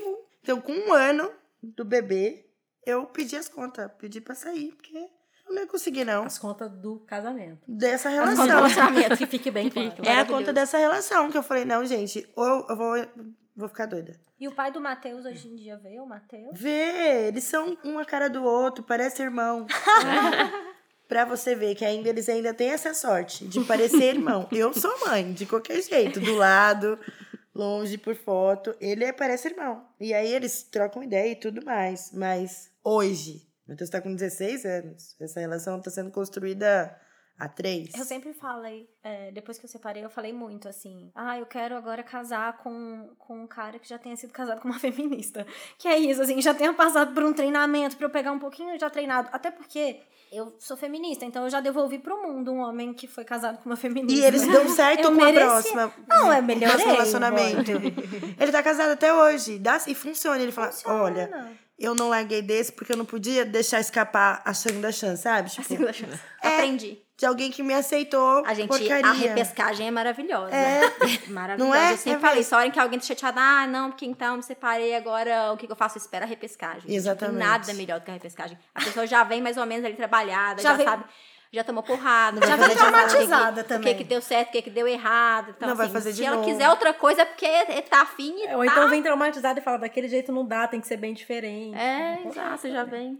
Então, com um ano do bebê, eu pedi as contas. Pedi pra sair, porque eu não ia conseguir, não. As contas do casamento. Dessa As relação. contas do relacionamento, que fique bem claro. É a conta dessa relação que eu falei, não, gente, ou eu vou, vou ficar doida. E o pai do Matheus hoje em dia vê o Matheus? Vê, eles são uma cara do outro, parece irmão. Pra você ver que ainda eles ainda têm essa sorte de parecer irmão. Eu sou mãe, de qualquer jeito, do lado, longe, por foto. Ele é, parece irmão. E aí eles trocam ideia e tudo mais. Mas hoje, o Matheus tá com dezesseis anos. Essa relação tá sendo construída há três. Eu sempre falei, é, depois que eu separei, eu falei muito assim, ah, eu quero agora casar com, com um cara que já tenha sido casado com uma feminista. Que é isso, assim, já tenha passado por um treinamento pra eu pegar um pouquinho já treinado. Até porque eu sou feminista, então eu já devolvi pro mundo um homem que foi casado com uma feminista. E eles dão certo Eu com a merecia. próxima. Não, é melhor Nosso relacionamento. Ele tá casado até hoje. Dá, e funciona. Ele fala, Funciona. olha, eu não larguei desse porque eu não podia deixar escapar a segunda chance, sabe? Tipo, A segunda chance. É. Aprendi. de alguém que me aceitou. A gente, porcaria. a repescagem é maravilhosa. É. Maravilhosa. Não é? Eu sempre É falei, mesmo. só hora em que alguém tá chateado, ah, não, porque então me separei, agora o que, que eu faço? Espera a repescagem. Gente, Exatamente. Não tem nada melhor do que a repescagem. A pessoa já vem mais ou menos ali trabalhada, Já já, vem- sabe, já tomou porrada. Não já vai vem fazer de novo. traumatizada o que, também. O que, que deu certo, o que, que deu errado. Então, Não vai assim, fazer de se ela novo. quiser outra coisa, é porque tá afim e Ou tá... então vem traumatizado e fala, daquele jeito não dá, tem que ser bem diferente. É, exato, você já vem.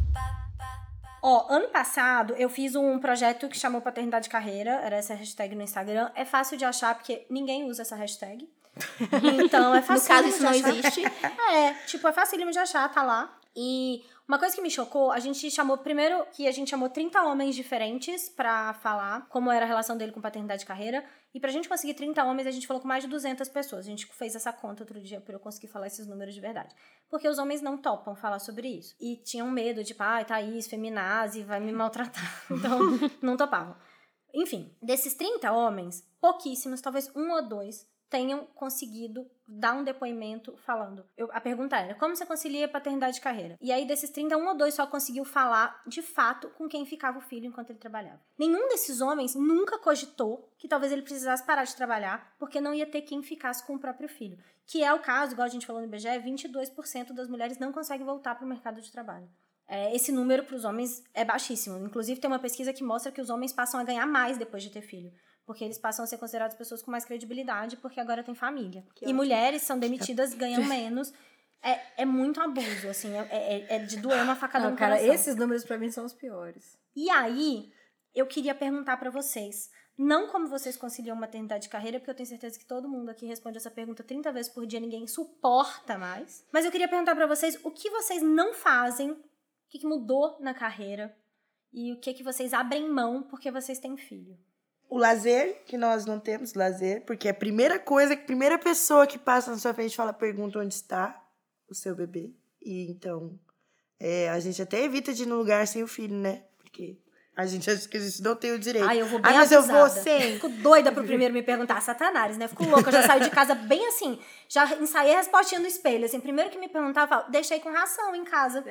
Ó, ano passado eu fiz um projeto que chamou Paternidade Carreira, era essa hashtag no Instagram. É fácil de achar porque ninguém usa essa hashtag. Então é No fácil caso, de isso não achar. existe. É, tipo, é facílimo de achar, tá lá. E uma coisa que me chocou, a gente chamou, primeiro que a gente chamou trinta homens diferentes pra falar como era a relação dele com paternidade e carreira. E pra gente conseguir trinta homens, a gente falou com mais de duzentas pessoas. A gente fez essa conta outro dia pra eu conseguir falar esses números de verdade. Porque os homens não topam falar sobre isso. E tinham medo, tipo, ai, Thaís, feminazi, vai me maltratar. Então, não topavam. Enfim, desses trinta homens, pouquíssimos, talvez um ou dois, tenham conseguido dar um depoimento falando. Eu, a pergunta era, como você concilia paternidade e carreira? E aí, desses trinta, um ou dois só conseguiu falar, de fato, com quem ficava o filho enquanto ele trabalhava. Nenhum desses homens nunca cogitou que talvez ele precisasse parar de trabalhar, porque não ia ter quem ficasse com o próprio filho. Que é o caso, igual a gente falou no I B G E, vinte e dois por cento das mulheres não conseguem voltar para o mercado de trabalho. É, esse número para os homens é baixíssimo. Inclusive, tem uma pesquisa que mostra que os homens passam a ganhar mais depois de ter filho. Porque eles passam a ser considerados pessoas com mais credibilidade, porque agora tem família. Que e ótimo. mulheres são demitidas, ganham menos. É, é muito abuso, assim. É, é, é de doer uma facada Não, no cara, coração. esses números pra mim são os piores. E aí, eu queria perguntar pra vocês. Não como vocês conciliam maternidade e carreira, porque eu tenho certeza que todo mundo aqui responde essa pergunta trinta vezes por dia, ninguém suporta mais. Mas eu queria perguntar pra vocês o que vocês não fazem, o que, que mudou na carreira e o que, que vocês abrem mão porque vocês têm filho. O lazer, que nós não temos lazer, porque a primeira coisa, a primeira pessoa que passa na sua frente fala, pergunta onde está o seu bebê. E então, é, a gente até evita de ir num lugar sem o filho, né? Porque a gente acha que a gente não tem o direito. Ai, eu vou bem ah, mas eu abusada. vou sem. Fico doida pro primeiro me perguntar. Satanás, né? Fico louca. Eu já saio de casa bem assim. Já ensaiei a respostinha no espelho. Assim, primeiro que me perguntava, eu falo, deixei com ração em casa.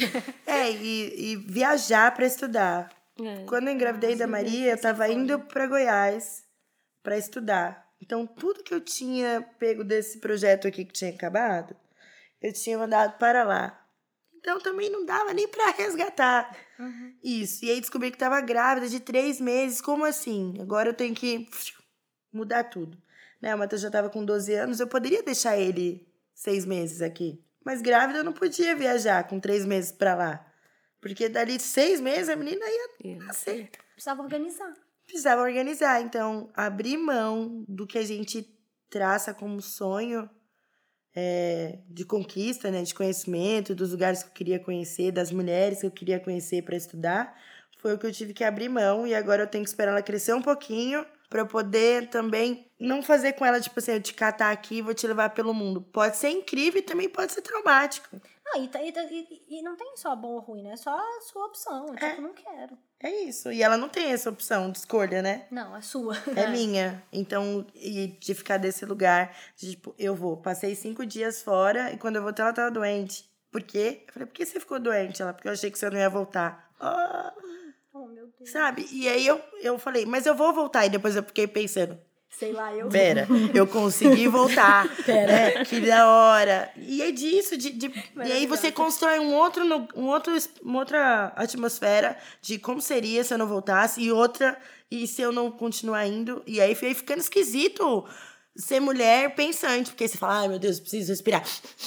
É, e, e viajar pra estudar. É. Quando eu engravidei da Maria, eu tava indo pra Goiás pra estudar. Então, tudo que eu tinha pego desse projeto aqui que tinha acabado, eu tinha mandado para lá. Então, também não dava nem pra resgatar Uhum. isso. E aí, descobri que tava grávida de três meses. Como assim? Agora eu tenho que mudar tudo. Né? O Matheus já tava com doze anos, eu poderia deixar ele seis meses aqui. Mas grávida eu não podia viajar com três meses pra lá. Porque dali seis meses a menina ia nascer. Precisava organizar. Precisava organizar. Então, abrir mão do que a gente traça como sonho é, de conquista, né, de conhecimento, dos lugares que eu queria conhecer, das mulheres que eu queria conhecer para estudar, foi o que eu tive que abrir mão. E agora eu tenho que esperar ela crescer um pouquinho para eu poder também não fazer com ela, tipo assim, eu te catar aqui e vou te levar pelo mundo. Pode ser incrível e também pode ser traumático. Não, e, tá- e, tá- e, e não tem só bom ou ruim, né? É só a sua opção. Eu, É. tipo, não quero. É isso. E ela não tem essa opção de escolha, né? Não, é sua. É minha. Então, e de ficar desse lugar, de, tipo, eu vou. Passei cinco dias fora e quando eu voltei, ela tava doente. Por quê? Eu falei, por que você ficou doente? Ela, porque eu achei que você não ia voltar. Ah, Oh, meu Deus. sabe? E aí eu, eu falei, mas eu vou voltar. E depois eu fiquei pensando, Sei lá, eu... Pera, eu consegui voltar. Pera. É, que da hora. E é disso. De, de, e aí você constrói um outro, um outro, uma outra atmosfera de como seria se eu não voltasse. E outra, e se eu não continuar indo. E aí foi ficando esquisito ser mulher pensante. Porque você fala, ai meu Deus, preciso respirar.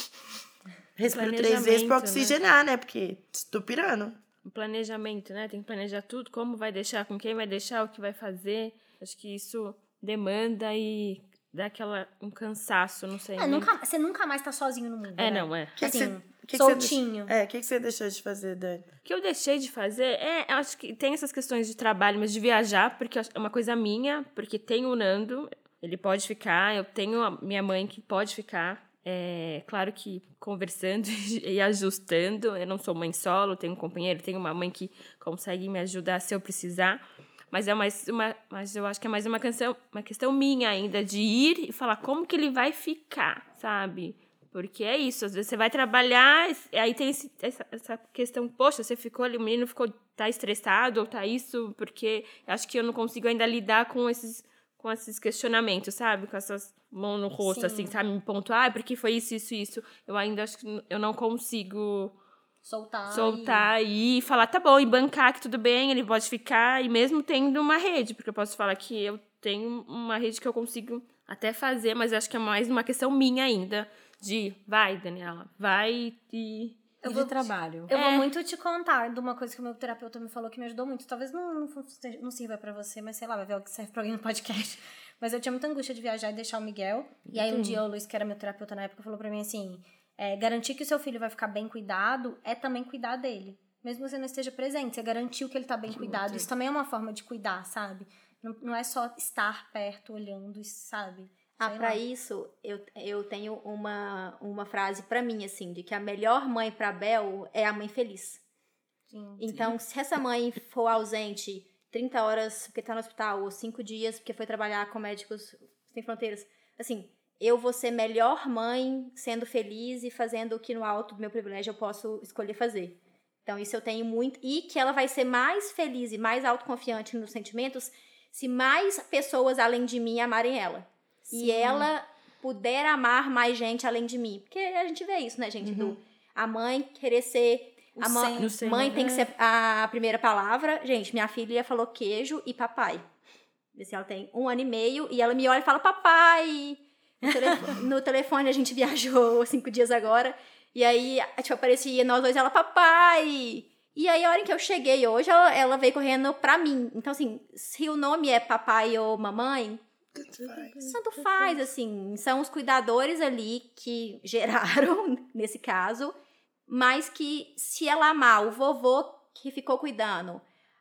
Respiro três vezes pra oxigenar, né? né? Porque estou pirando. O planejamento, né? Tem que planejar tudo. Como vai deixar, com quem vai deixar, o que vai fazer. Acho que isso... demanda e dá aquela, um cansaço, não sei. É, nunca, você nunca mais tá sozinho no mundo, É, né? não, é. Que assim, que cê, que soltinho. Que cê, é, o que, que você deixou de fazer, Dani? O que eu deixei de fazer é, eu acho que tem essas questões de trabalho, mas de viajar, porque é uma coisa minha, porque tem o Nando, ele pode ficar, eu tenho a minha mãe que pode ficar. É claro que conversando e ajustando, eu não sou mãe solo, tenho um companheiro, tenho uma mãe que consegue me ajudar se eu precisar. Mas é mais uma, mas eu acho que é mais uma questão, uma questão minha ainda de ir e falar como que ele vai ficar, sabe? Porque é isso, às vezes você vai trabalhar, aí tem esse, essa, essa questão, poxa, você ficou ali, o menino ficou, tá estressado ou tá isso, porque eu acho que eu não consigo ainda lidar com esses, com esses questionamentos, sabe? Com essas mãos no rosto, Sim. assim, sabe? Me pontuar, ah, porque foi isso, isso, isso. Eu ainda acho que eu não consigo... Soltar, soltar e... e falar, tá bom, e bancar que tudo bem, ele pode ficar, e mesmo tendo uma rede, porque eu posso falar que eu tenho uma rede que eu consigo até fazer, mas acho que é mais uma questão minha ainda, de vai, Daniela, vai e... Eu vou de trabalho. Eu é. vou muito te contar de uma coisa que o meu terapeuta me falou que me ajudou muito. Talvez não, não, não sirva pra você, mas sei lá, vai ver o que serve pra alguém no podcast. Mas eu tinha muita angústia de viajar e deixar o Miguel. E aí um dia o Luiz, que era meu terapeuta na época, falou pra mim assim... É, garantir que o seu filho vai ficar bem cuidado é também cuidar dele. Mesmo que você não esteja presente, você garantiu que ele tá bem que cuidado. Muito. Isso também é uma forma de cuidar, sabe? Não, não é só estar perto, olhando, sabe? Ah, pra lá. Isso, eu, eu tenho uma, uma frase pra mim, assim, de que a melhor mãe pra Bel é a mãe feliz. Sim, então, sim. Se essa mãe for ausente trinta horas porque tá no hospital, ou cinco dias porque foi trabalhar com Médicos Sem Fronteiras, assim... eu vou ser melhor mãe sendo feliz e fazendo o que no alto do meu privilégio eu posso escolher fazer. Então, isso eu tenho muito. E que ela vai ser mais feliz e mais autoconfiante nos sentimentos se mais pessoas além de mim amarem ela. Sim. E ela puder amar mais gente além de mim. Porque a gente vê isso, né, gente? Uhum. Do, a mãe querer ser... O a mãe, sem, mãe tem que ser a primeira palavra. Gente, minha filha falou queijo e papai. Assim, ela tem um ano e meio e ela me olha e fala papai... No telefone, no telefone a gente viajou cinco dias agora. E aí, tipo, aparecia nós dois, ela, papai! E aí, a hora em que eu cheguei hoje, ela, ela veio correndo pra mim. Então, assim, se o nome é papai ou mamãe, tanto faz. Tanto faz, assim. São os cuidadores ali que geraram, nesse caso. Mas que, se ela amar o vovô que ficou cuidando,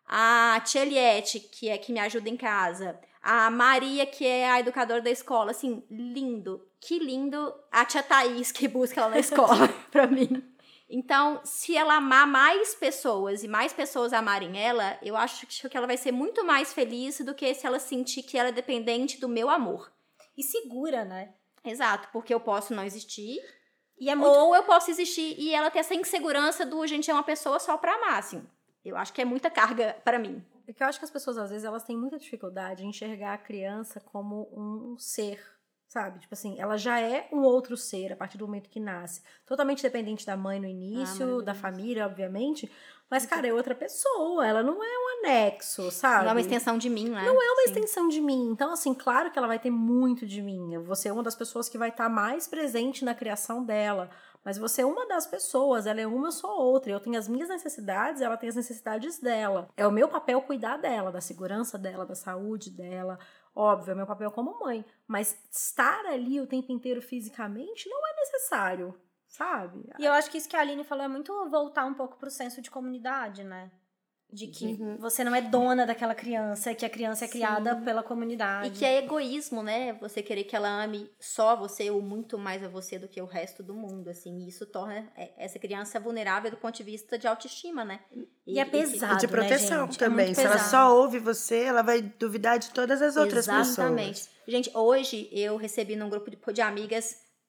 a tia Eliette, que é que me ajuda em casa... a Maria, que é a educadora da escola, assim, lindo, que lindo. A tia Thaís, que busca ela na escola, pra mim. Então, se ela amar mais pessoas e mais pessoas amarem ela, eu acho que ela vai ser muito mais feliz do que se ela sentir que ela é dependente do meu amor. E segura, né? Exato, porque eu posso não existir, e é muito... ou eu posso existir e ela ter essa insegurança do a gente é uma pessoa só pra amar, assim. Eu acho que é muita carga pra mim. Porque eu acho que as pessoas, às vezes, elas têm muita dificuldade em enxergar a criança como um ser, sabe? Tipo assim, ela já é um outro ser a partir do momento que nasce. Totalmente dependente da mãe no início, ah, da família, obviamente. Mas, cara, é outra pessoa. Ela não é um anexo, sabe? Não é uma extensão de mim, né? Não é uma Sim. extensão de mim. Então, assim, claro que ela vai ter muito de mim. Eu vou ser uma das pessoas que vai estar mais presente na criação dela. Mas você é uma das pessoas, ela é uma, eu sou outra. Eu tenho as minhas necessidades, ela tem as necessidades dela. É o meu papel cuidar dela, da segurança dela, da saúde dela. Óbvio, é meu papel como mãe. Mas estar ali o tempo inteiro fisicamente não é necessário, sabe? E eu acho que isso que a Aline falou é muito voltar um pouco pro senso de comunidade, né? De que uhum. você não é dona daquela criança, que a criança é criada Sim. pela comunidade. E que é egoísmo, né? Você querer que ela ame só você ou muito mais a você do que o resto do mundo, assim. E isso torna essa criança vulnerável do ponto de vista de autoestima, né? E, e é pesado, e de proteção, né, gente? também. É Se ela só ouve você, ela vai duvidar de todas as outras Exatamente. pessoas. Exatamente. Gente, hoje eu recebi num grupo de, de amigas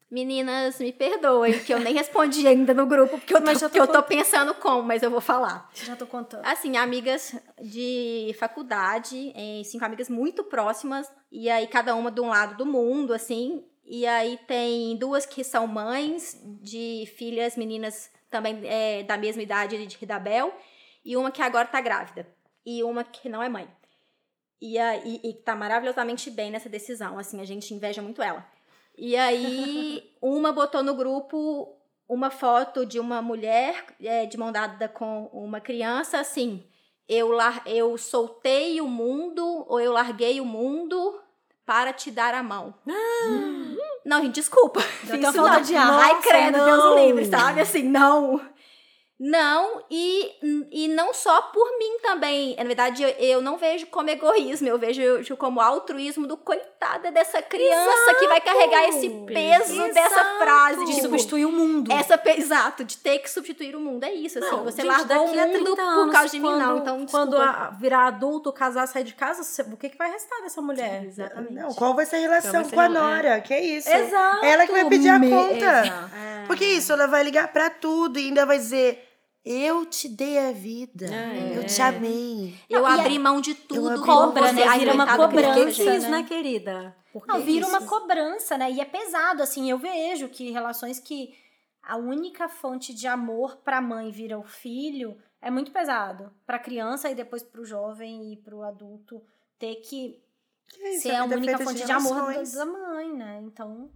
Meninas, me perdoem, que eu nem respondi ainda no grupo, porque eu, tô, porque eu tô pensando como, mas eu vou falar. Já tô contando. Assim, amigas de faculdade, cinco amigas muito próximas, e aí cada uma de um lado do mundo, assim, e aí tem duas que são mães de filhas, meninas também é, da mesma idade de Ridabel, e uma que agora tá grávida, e uma que não é mãe. E, aí, e tá maravilhosamente bem nessa decisão, assim, a gente inveja muito ela. E aí, uma botou no grupo uma foto de uma mulher é, de mão dada com uma criança, assim, eu, lar- eu soltei o mundo, ou eu larguei o mundo para te dar a mão. Não, gente, desculpa. Deu Isso até falta não. de ar. Ai, credo, não. Deus o livre, sabe? Assim, não. Não, e, e não só por mim também. Na verdade, eu, eu não vejo como egoísmo, eu vejo como altruísmo do coitada dessa criança. Exato. Que vai carregar esse peso Exato. dessa frase. De tipo, substituir o mundo. Essa, exato, de ter que substituir o mundo. É isso, assim. Não, você gente, largou o daqui a mundo trinta por anos, causa de mim, quando- não. Então, Quando desculpa. a- virar adulto, casar, sair de casa, cê- o que, que vai restar dessa mulher? Exatamente. Não, qual vai ser a relação Qual vai ser com a a- Nora? Que é isso? Exato. É ela que vai pedir a Me- conta. Exato. Porque isso, ela vai ligar pra tudo e ainda vai dizer... Eu te dei a vida. É. Eu te amei. Eu Não, e abri é- mão de tudo. abri por cobra, você. né? Ai, Vira uma coitada da cobrança, criança, Quem gente. quis, né, querida? Por Não, que vira isso? uma cobrança, né? E é pesado, assim. Eu vejo que relações que a única fonte de amor pra mãe vira o filho é muito pesado. Pra criança e depois pro jovem e pro adulto ter que Que é isso, ser a a vida é única feita fonte de amor da, relações. da mãe, né? Então,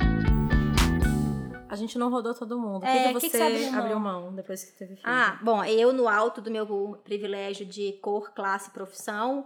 A gente não rodou todo mundo. O É, que, que que você que você abriu mão? abriu mão depois que teve filho? Ah, bom, eu no alto do meu privilégio de cor, classe e profissão,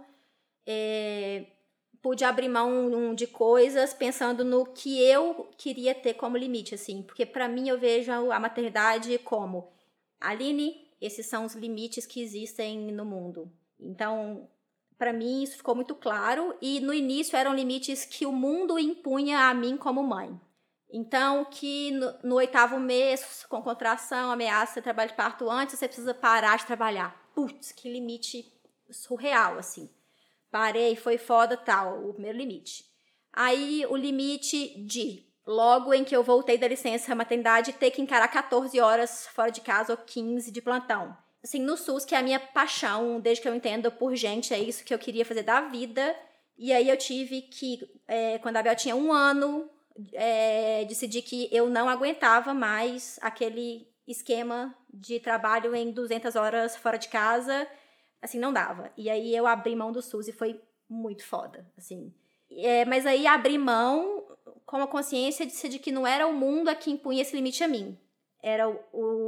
é, pude abrir mão um, de coisas pensando no que eu queria ter como limite, assim. Porque pra mim eu vejo a maternidade como, Aline, esses são os limites que existem no mundo. Então, pra mim isso ficou muito claro. E no início eram limites que o mundo impunha a mim como mãe. Então, que no, no oitavo mês, com contração, ameaça, trabalho de parto antes, você precisa parar de trabalhar. Putz, que limite surreal, assim. Parei, foi foda, tal, o primeiro limite. Aí, o limite de, logo em que eu voltei da licença maternidade, ter que encarar catorze horas fora de casa ou quinze de plantão. Assim, no SUS, que é a minha paixão, desde que eu entendo por gente, é isso que eu queria fazer da vida. E aí, eu tive que, é, quando a Bel tinha um ano... É, decidi que eu não aguentava mais aquele esquema de trabalho em duzentas horas fora de casa, assim, não dava. E aí eu abri mão do SUS e foi muito foda, assim. É, mas aí abri mão com a consciência de, de que não era o mundo a que impunha esse limite a mim. Era o,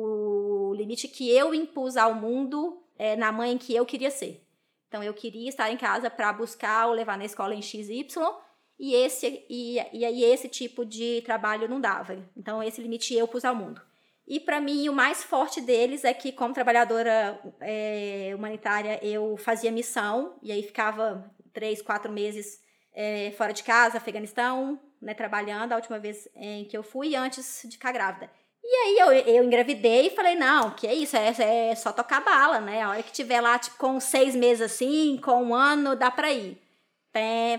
o limite que eu impus ao mundo é, na mãe que eu queria ser. Então eu queria estar em casa para buscar ou levar na escola em X Y, E, esse, e, e aí esse tipo de trabalho não dava. Então, esse limite eu pus ao mundo. E, para mim, o mais forte deles é que, como trabalhadora é, humanitária, eu fazia missão. E aí ficava três, quatro meses é, fora de casa, Afeganistão, né, trabalhando. A última vez em que eu fui, antes de ficar grávida. E aí, eu, eu engravidei e falei, não, que é isso, é, é só tocar bala, né? A hora que tiver lá, tipo, com seis meses assim, com um ano, dá pra ir. Pé...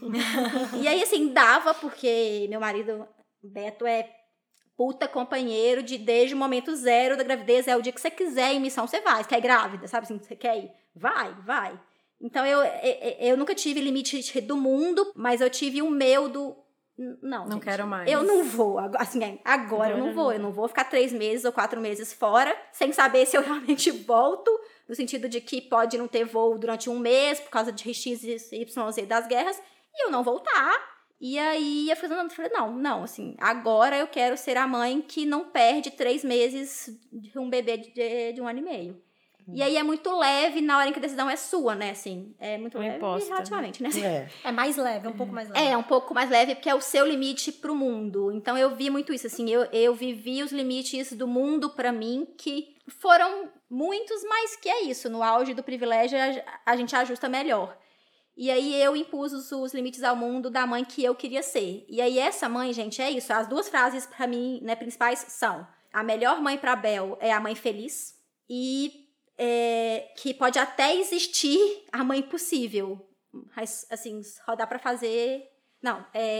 E aí, assim, dava, porque meu marido, Beto, é puta companheiro de desde o momento zero da gravidez, é o dia que você quiser em missão, você vai, você quer ir grávida, sabe assim, você quer ir? Vai, vai. Então, eu, eu, eu nunca tive limite do mundo, mas eu tive o meu do... Não, Não gente, quero mais. Eu não vou, assim, agora eu não vou, eu não vou ficar três meses ou quatro meses fora, sem saber se eu realmente volto, no sentido de que pode não ter voo durante um mês, por causa de X, Y, Z das guerras, e eu não voltar. E aí eu falei, não, não, assim, agora eu quero ser a mãe que não perde três meses de um bebê de, de um ano e meio. Hum. E aí é muito leve na hora em que a decisão é sua, né, assim, é muito Não leve imposta, relativamente, né? É. é mais leve, é um pouco mais leve. É, um pouco mais leve, porque é o seu limite pro mundo. Então, eu vi muito isso, assim, eu, eu vivi os limites do mundo pra mim, que foram muitos, mas que é isso, no auge do privilégio, a, a gente ajusta melhor. E aí, eu impus os, os limites ao mundo da mãe que eu queria ser. E aí, essa mãe, gente, é isso. As duas frases, pra mim, né, principais são: a melhor mãe pra Bel é a mãe feliz, e é, que pode até existir a mãe possível, mas, assim, só dá pra fazer... Não, é...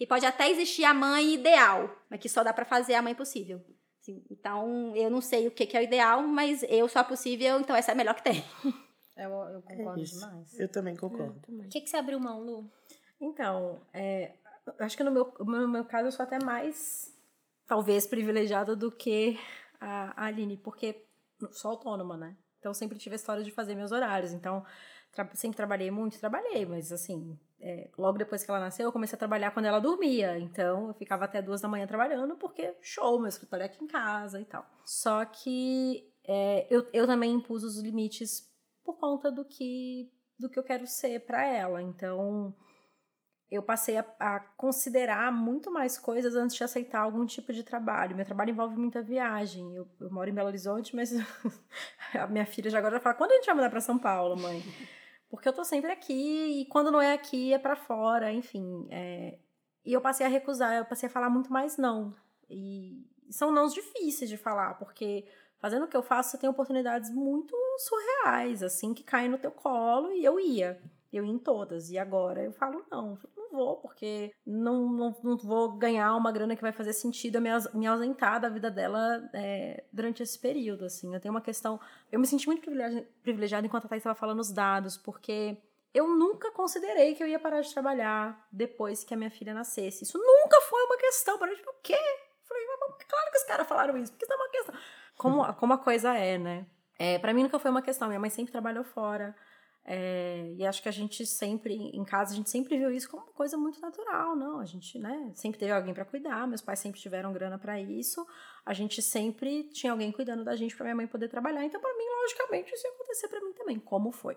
E pode até existir a mãe ideal, mas que só dá pra fazer a mãe possível. Assim, então, eu não sei o que, que é o ideal, mas eu sou a possível, então essa é a melhor que tem. Eu, eu concordo É isso. demais. Eu também concordo. O que, que você abriu mão, Lu? Então, é, eu acho que no meu, no meu caso eu sou até mais, talvez, privilegiada do que a, a Aline, porque sou autônoma, né? Então, eu sempre tive a história de fazer meus horários. Então, tra- sempre trabalhei muito, trabalhei, mas assim, é, logo depois que ela nasceu, eu comecei a trabalhar quando ela dormia. Então, eu ficava até duas da manhã trabalhando, porque show, meu escritório é aqui em casa e tal. Só que é, eu, eu também impus os limites por conta do que, do que eu quero ser pra ela. Então, eu passei a, a considerar muito mais coisas antes de aceitar algum tipo de trabalho. Meu trabalho envolve muita viagem. Eu, eu moro em Belo Horizonte, mas a minha filha já agora fala, quando a gente vai mudar pra São Paulo, mãe? Porque eu tô sempre aqui, e quando não é aqui, é pra fora, enfim. É... E eu passei a recusar, eu passei a falar muito mais não. E são nãos difíceis de falar, porque fazendo o que eu faço, você tem oportunidades muito surreais, assim, que caem no teu colo, e eu ia. Eu ia em todas. E agora eu falo, não, não vou, porque não, não, não vou ganhar uma grana que vai fazer sentido eu me, aus- me ausentar da vida dela é, durante esse período, assim. Eu tenho uma questão... Eu me senti muito privilegi- privilegiada enquanto a Thaís estava falando os dados, porque eu nunca considerei que eu ia parar de trabalhar depois que a minha filha nascesse. Isso nunca foi uma questão. Para mim, tipo, o quê? Eu falei, mas claro que os caras falaram isso, porque isso não é uma questão. Como, como a coisa é, né? É, para mim nunca foi uma questão. Minha mãe sempre trabalhou fora. É, e acho que a gente sempre, em casa, a gente sempre viu isso como uma coisa muito natural, não? A gente, né, sempre teve alguém para cuidar, meus pais sempre tiveram grana para isso, a gente sempre tinha alguém cuidando da gente para minha mãe poder trabalhar, então para mim, logicamente, isso ia acontecer para mim também, como foi.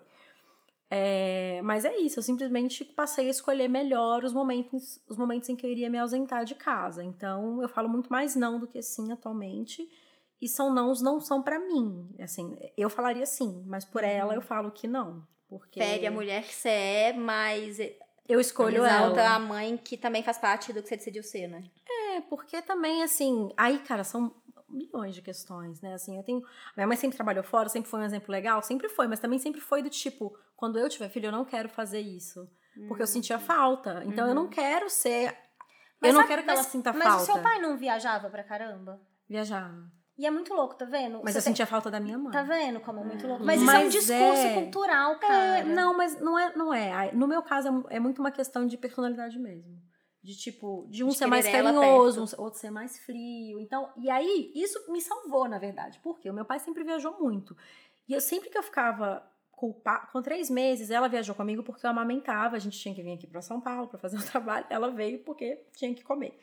É, mas é isso, eu simplesmente passei a escolher melhor os momentos, os momentos em que eu iria me ausentar de casa, então eu falo muito mais não do que sim atualmente. E são nãos não são pra mim, assim, eu falaria sim, mas por ela eu falo que não. Porque Fere a mulher que você é, mas eu escolho exalta ela. a mãe que também faz parte do que você decidiu ser, né? É, porque também, assim, aí, cara, são milhões de questões, né? Assim, eu tenho. Minha mãe sempre trabalhou fora, sempre foi um exemplo legal, sempre foi, mas também sempre foi do tipo, quando eu tiver filho, eu não quero fazer isso. Porque eu sentia falta. Então eu não quero ser. Mas eu não sabe- quero que mas- ela sinta mas falta. o seu pai não viajava pra caramba? Viajar. E é muito louco, tá vendo? Mas Você eu tem- sentia falta da minha mãe. Tá vendo como é muito louco? Mas, isso é um Mas discurso é- cultural, cara. É, não, mas não é, não é. Ai, no meu caso, é mu- é muito uma questão de personalidade mesmo. De tipo, de um De ser mais querer ela carinhoso, perto. um, outro ser mais frio. Então, e aí, isso me salvou, na verdade. Porque o meu pai sempre viajou muito. E eu sempre que eu ficava culpada, com três meses, ela viajou comigo porque eu amamentava. A gente tinha que vir aqui pra São Paulo pra fazer o trabalho. Ela veio porque tinha que comer.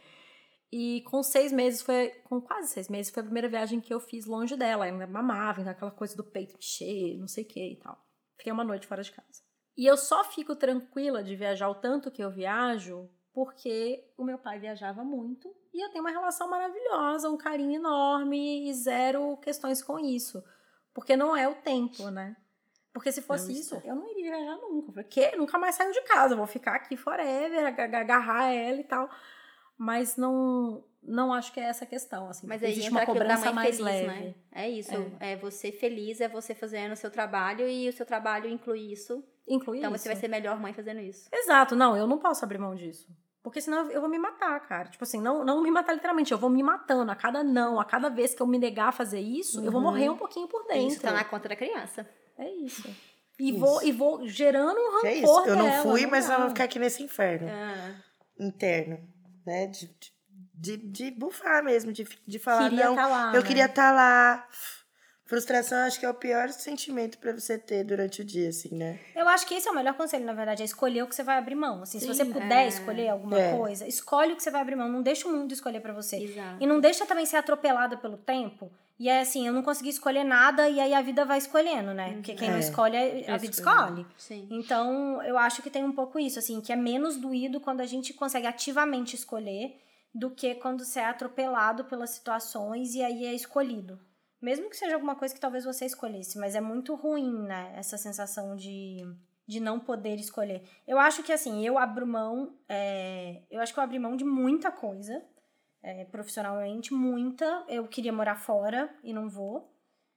E com seis meses, foi com quase seis meses, foi a primeira viagem que eu fiz longe dela. Eu ainda mamava, então aquela coisa do peito encher, não sei o que e tal. Fiquei uma noite fora de casa. E eu só fico tranquila de viajar o tanto que eu viajo porque o meu pai viajava muito e eu tenho uma relação maravilhosa, um carinho enorme e zero questões com isso. Porque não é o tempo, né? Porque se fosse Não isso, está. eu não iria viajar nunca. Eu falei, que? Nunca mais saio de casa, eu vou ficar aqui forever, ag- agarrar ela e tal. Mas não, não acho que é essa a questão, assim. Mas porque aí existe entra uma aquilo da cobrança mãe mais feliz, leve. né? É isso. É. você feliz, é você fazendo o seu trabalho e o seu trabalho inclui isso. Inclui Então isso. você vai ser melhor mãe fazendo isso. Exato, não, eu não posso abrir mão disso. Porque senão eu vou me matar, cara. Tipo assim, não, não me matar literalmente, eu vou me matando. A cada não, a cada vez que eu me negar a fazer isso, eu vou morrer um pouquinho por dentro. Isso tá na conta da criança. É isso. E, Isso. Vou, e vou gerando um rancor Que é isso. Eu não dela, fui, mas dá. eu vou ficar aqui nesse inferno Ah, interno, né? De, de, de, de bufar mesmo, de, de falar, Queria não, tá lá, eu né? queria estar lá. Frustração, acho que é o pior sentimento pra você ter durante o dia, assim, né? Eu acho que esse é o melhor conselho, na verdade, é escolher o que você vai abrir mão. Assim, se Sim, você puder é. escolher alguma É. coisa, escolhe o que você vai abrir mão. Não deixa o mundo escolher pra você. exato. E não deixa também ser atropelada pelo tempo. E é assim, eu não consegui escolher nada e aí a vida vai escolhendo, né? Porque quem não É. escolhe, a vida escolhe. Sim. Então, eu acho que tem um pouco isso, assim, que é menos doído quando a gente consegue ativamente escolher do que quando você é atropelado pelas situações e aí é escolhido. Mesmo que seja alguma coisa que talvez você escolhesse, mas é muito ruim, né? Essa sensação de, de não poder escolher. Eu acho que, assim, eu abro mão... é, eu acho que eu abri mão de muita coisa, é, profissionalmente, muita. Eu queria morar fora e não vou.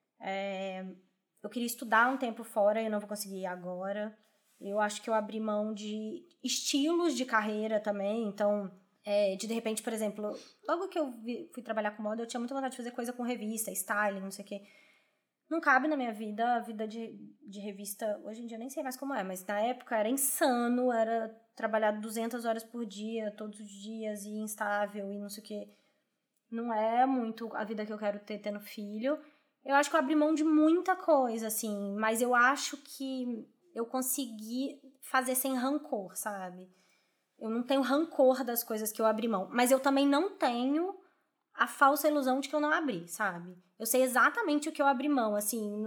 É, eu queria estudar um tempo fora e eu não vou conseguir ir agora. Eu acho que eu abri mão de estilos de carreira também, então... É, de, de repente, por exemplo, logo que eu vi, fui trabalhar com moda, eu tinha muita vontade de fazer coisa com revista, styling, não sei o quê. Não cabe na minha vida, a vida de, de revista, hoje em dia eu nem sei mais como é, mas na época era insano, era trabalhar duzentas horas por dia, todos os dias, e instável, e não sei o quê. Não é muito a vida que eu quero ter tendo filho. Eu acho que eu abri mão de muita coisa, assim, mas eu acho que eu consegui fazer sem rancor, sabe? Eu não tenho rancor das coisas que eu abri mão, mas eu também não tenho a falsa ilusão de que eu não abri, sabe? Eu sei exatamente o que eu abri mão, assim,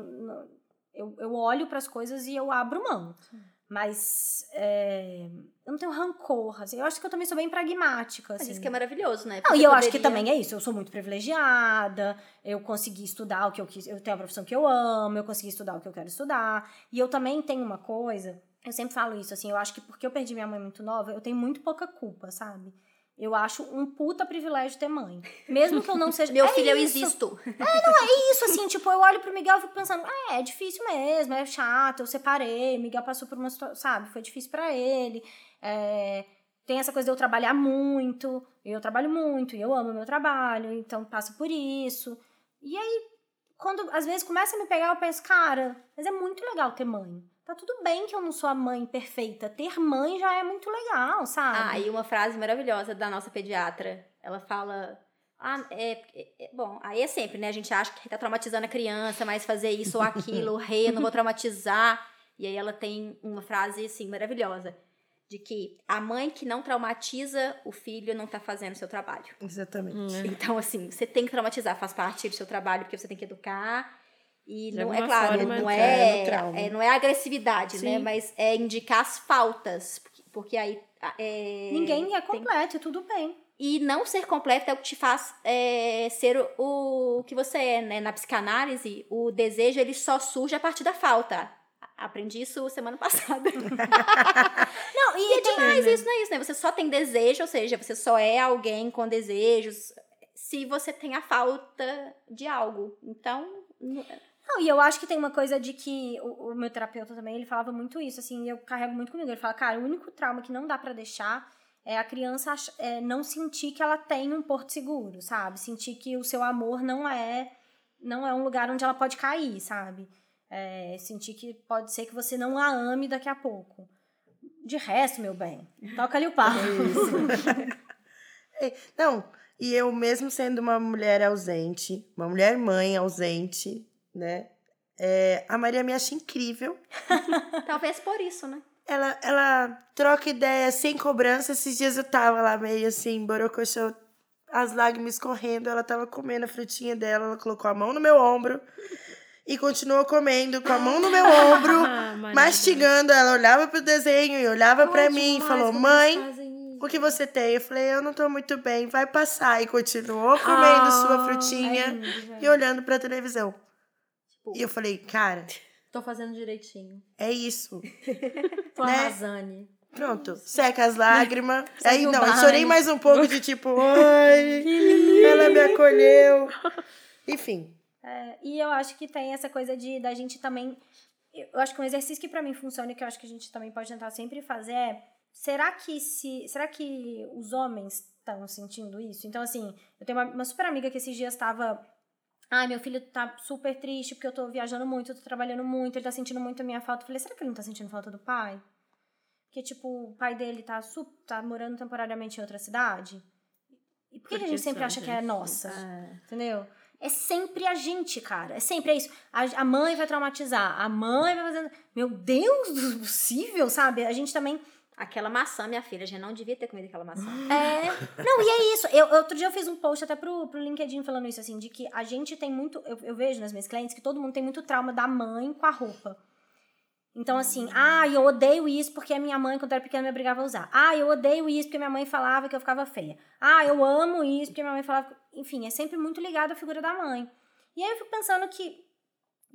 eu, eu olho para as coisas e eu abro mão. Sim. Mas é, eu não tenho rancor, assim, eu acho que eu também sou bem pragmática, assim. Mas isso que é maravilhoso, né? Não, e eu poderia... acho que também é isso, eu sou muito privilegiada, eu consegui estudar o que eu quis, eu tenho a profissão que eu amo, eu consegui estudar o que eu quero estudar, e eu também tenho uma coisa, eu sempre falo isso, assim, eu acho que porque eu perdi minha mãe muito nova, eu tenho muito pouca culpa, sabe? Eu acho um puta privilégio ter mãe. Mesmo que eu não seja... Meu é filho, isso. eu existo. É, não, é isso, assim, tipo, eu olho pro Miguel e fico pensando, ah, é difícil mesmo, é chato, eu separei, Miguel passou por uma situação, sabe, foi difícil pra ele, é, tem essa coisa de eu trabalhar muito, eu trabalho muito, e eu amo o meu trabalho, então passo por isso. E aí, quando às vezes começa a me pegar, eu penso, cara, mas é muito legal ter mãe. Tá tudo bem que eu não sou a mãe perfeita. Ter mãe já é muito legal, sabe? Ah, e uma frase maravilhosa da nossa pediatra. Ela fala... Ah, é, é, é... Bom, aí é sempre, né? A gente acha que tá traumatizando a criança, mas fazer isso ou aquilo, rei, eu não vou traumatizar. E aí ela tem uma frase, assim, maravilhosa. De que a mãe que não traumatiza o filho não tá fazendo o seu trabalho. Exatamente. Hum. Então, assim, você tem que traumatizar. Faz parte do seu trabalho, porque você tem que educar... E de não é claro, forma, não é, é, é, não é agressividade, Sim. né? Mas é indicar as faltas. Porque, porque aí... É, ninguém é completo, tem... tudo bem. E não ser completo é o que te faz é, ser o, o que você é, né? Na psicanálise, o desejo, ele só surge a partir da falta. Aprendi isso semana passada. Não, e, e é demais isso, não é isso, né? Você só tem desejo, ou seja, você só é alguém com desejos se você tem a falta de algo. Então... Não, e eu acho que tem uma coisa de que o, o meu terapeuta também, ele falava muito isso, assim, eu carrego muito comigo. Ele fala, cara, o único trauma que não dá pra deixar é a criança é, não sentir que ela tem um porto seguro, sabe? Sentir que o seu amor não é, não é um lugar onde ela pode cair, sabe? É, sentir que pode ser que você não a ame daqui a pouco. De resto, meu bem, toca ali o pau. É não, e eu mesmo sendo uma mulher ausente, uma mulher mãe ausente... né? É, a Maria me acha incrível. Talvez por isso, né? Ela, ela troca ideia sem cobrança. Esses dias eu tava lá meio assim, borocochô, as lágrimas escorrendo. Ela tava comendo a frutinha dela, ela colocou a mão no meu ombro e continuou comendo com a mão no meu ombro, mastigando. Ela olhava pro desenho e olhava Ai, pra mim e falou, mãe, o que você tem? Eu falei, eu não tô muito bem, vai passar. E continuou comendo ah, sua frutinha é lindo, e olhando pra televisão. Tipo, e eu falei, cara... Tô fazendo direitinho. É isso. Tô né? arrasando. Pronto, seca as lágrimas. Aí Segue o não, eu baile. chorei mais um pouco de tipo, ai, ela me acolheu. Enfim. É, e eu acho que tem essa coisa de da gente também... Eu acho que um exercício que pra mim funciona e que eu acho que a gente também pode tentar sempre fazer é... Será que, se, será que os homens estão sentindo isso? Então, assim, eu tenho uma, uma super amiga que esses dias estava... Ai, meu filho tá super triste porque eu tô viajando muito, eu tô trabalhando muito, ele tá sentindo muito a minha falta. Eu falei, será que ele não tá sentindo falta do pai? Porque, tipo, o pai dele tá, tá morando temporariamente em outra cidade? E por que, que a gente sempre acha que é nossa? É. Entendeu? É sempre a gente, cara. É sempre é isso. A, a mãe vai traumatizar, a mãe vai fazer... Meu Deus do possível, sabe? A gente também... Aquela maçã, minha filha, a gente não devia ter comido aquela maçã. É, não, e é isso. Eu, outro dia eu fiz um post até pro, pro LinkedIn falando isso, assim, de que a gente tem muito... Eu, eu vejo nas minhas clientes que todo mundo tem muito trauma da mãe com a roupa. Então, assim, ah, eu odeio isso porque a minha mãe, quando eu era pequena, me obrigava a usar. Ah, eu odeio isso porque minha mãe falava que eu ficava feia. Ah, eu amo isso porque minha mãe falava... Enfim, é sempre muito ligado à figura da mãe. E aí eu fico pensando que...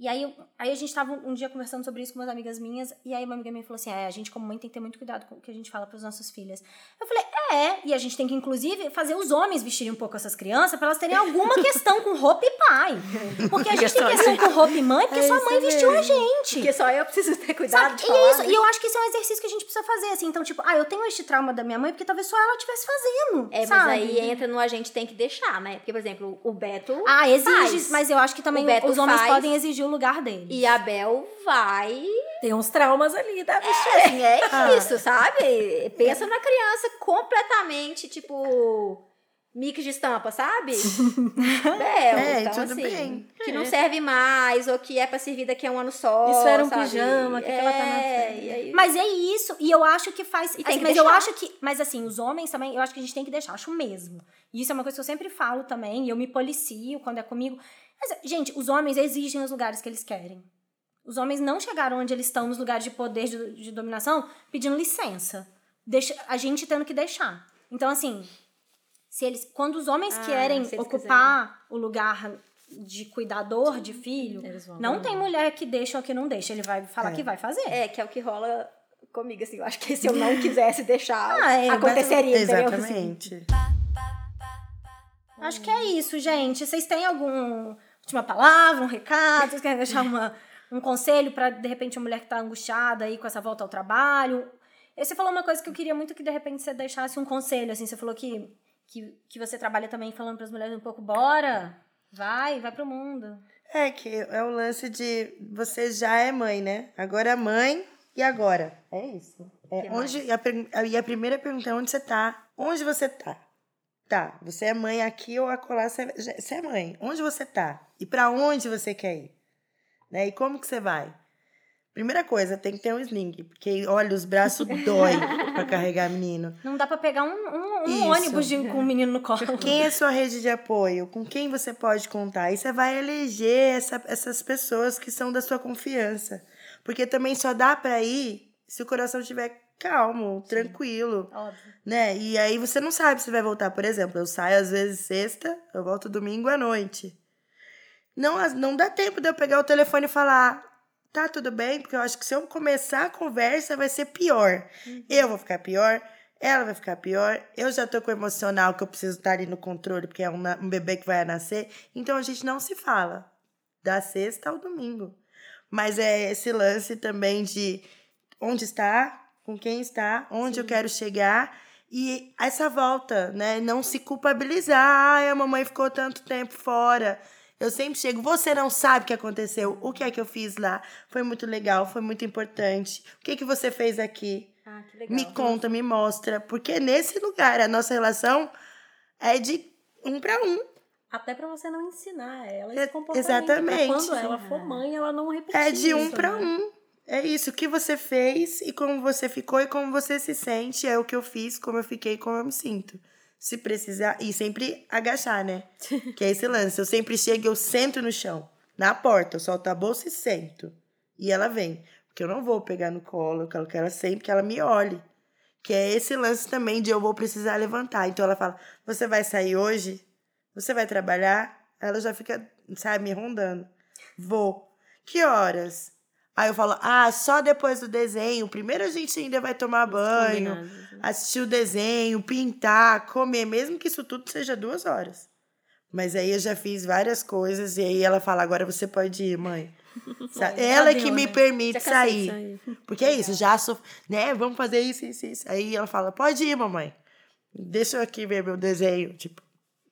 E aí, eu- aí a gente tava um um dia conversando sobre isso com umas amigas minhas, e aí uma amiga minha falou assim, é, a gente como mãe tem que ter muito cuidado com o que a gente fala pras nossas filhas. Eu falei, é, e a gente tem que inclusive fazer os homens vestirem um pouco essas crianças pra elas terem alguma questão com roupa e pai. Porque a gente tem questão com roupa e mãe, porque É sua isso mãe vestiu a mesmo. gente. Porque só eu preciso ter cuidado Sabe? de E falar, é isso, né? e eu acho que esse é um exercício que a gente precisa fazer, assim. Então, tipo, ah, eu tenho este trauma da minha mãe porque talvez só ela estivesse fazendo, É, mas sabe? aí entra no a gente tem que deixar, né? Porque, por exemplo, o Beto Ah, exige, faz. mas eu acho que também O Beto os homens faz. podem exigir o lugar deles. E a Bel vai... Tem uns traumas ali, tá? É, assim, é Ah. isso, sabe? Pensa na criança completamente, tipo... mix de estampa, sabe? Bel, É, então tudo assim... bem. Que não serve mais, ou que é pra servir daqui a um ano só, Isso era um sabe? pijama, que que ela tá na É, frente? e aí... Mas é isso, e eu acho que faz. E tem assim, que mas eu deixar. acho que. Mas assim, os homens também, eu acho que a gente tem que deixar, acho mesmo. E isso é uma coisa que eu sempre falo também, e eu me policio quando é comigo. Mas, gente, os homens exigem os lugares que eles querem. Os homens não chegaram onde eles estão nos lugares de poder, de, de dominação, pedindo licença. Deixa, a gente tendo que deixar. Então, assim, se eles, quando os homens Ah, querem se eles ocupar o lugar de cuidador de filho, Eles vão não dar tem uma- mulher que deixa ou que não deixa. Ele vai falar É. que vai fazer. É, que é o que rola comigo, assim. Eu acho que se eu não quisesse deixar, Ah, é, aconteceria, entendeu? Assim. Exatamente. Acho que é isso, gente. Vocês têm alguma última palavra, um recado? Vocês querem deixar uma, um conselho pra, de repente, uma mulher que tá angustiada aí com essa volta ao trabalho? E você falou uma coisa que eu queria muito que, de repente, você deixasse um conselho, assim. Você falou que, que, que você trabalha também falando pras mulheres um pouco, bora, vai, vai pro mundo. É que é o lance de você já é mãe, né? Agora é mãe e agora. É isso. É Que onde, mais? e, a, per- e a primeira pergunta é onde você tá? Onde você tá? Tá, você é mãe aqui ou acolá, você, já- você é mãe. Onde você tá? E pra onde você quer ir? Né? E como que você vai? Primeira coisa, tem que ter um sling, porque, olha, os braços doem pra carregar menino. Não dá pra pegar um, um, um Isso. ônibus de- com um menino no colo. Quem é sua rede de apoio? Com quem você pode contar? E você vai eleger essa- essas pessoas que são da sua confiança. Porque também só dá pra ir se o coração estiver calmo, tranquilo, Óbvio. né? E aí você não sabe se vai voltar. Por exemplo, eu saio às vezes sexta, eu volto domingo à noite. Não, as- não dá tempo de eu pegar o telefone e falar, tá tudo bem? Porque eu acho que se eu começar a conversa vai ser pior. Eu vou ficar pior, ela vai ficar pior. Eu já tô com o emocional que eu preciso estar ali no controle, porque é um, na- um bebê que vai nascer. Então a gente não se fala da sexta ao domingo. Mas é esse lance também de onde está, com quem está, onde eu quero chegar. E essa volta, né? Não se culpabilizar. Ai, a mamãe ficou tanto tempo fora. Eu sempre chego, você não sabe o que aconteceu. O que é que eu fiz lá? Foi muito legal, foi muito importante. O que, que você fez aqui? Ah, que legal. Me conta, me mostra. Porque nesse lugar, a nossa relação é de um para um. Até pra você não ensinar ela É, esse comportamento. exatamente. Pra quando ela for mãe, ela não repetir É de um isso, para né? um. É isso, o que você fez e como você ficou e como você se sente é o que eu fiz, como eu fiquei, como eu me sinto. Se precisar, e sempre agachar, né? Que é esse lance. Eu sempre chego, eu sento no chão, na porta, eu solto a bolsa e sento. E ela vem. Porque eu não vou pegar no colo, eu quero que ela sempre que ela me olhe. Que é esse lance também de eu vou precisar levantar. Então ela fala, você vai sair hoje? Você vai trabalhar? Ela já fica, sabe, me rondando. Vou. Que horas? Aí eu falo, ah, só depois do desenho. Primeiro a gente ainda vai tomar banho, Combinados, né? assistir o desenho, pintar, comer, mesmo que isso tudo seja duas horas. Mas aí eu já fiz várias coisas e aí ela fala, agora você pode ir, mãe. Sa- já ela deu, que me né? permite Já cansei sair. Isso aí. Porque é isso, já sou, né? Vamos fazer isso, isso, isso. Aí ela fala, pode ir, mamãe. Deixa eu aqui ver meu desenho, tipo.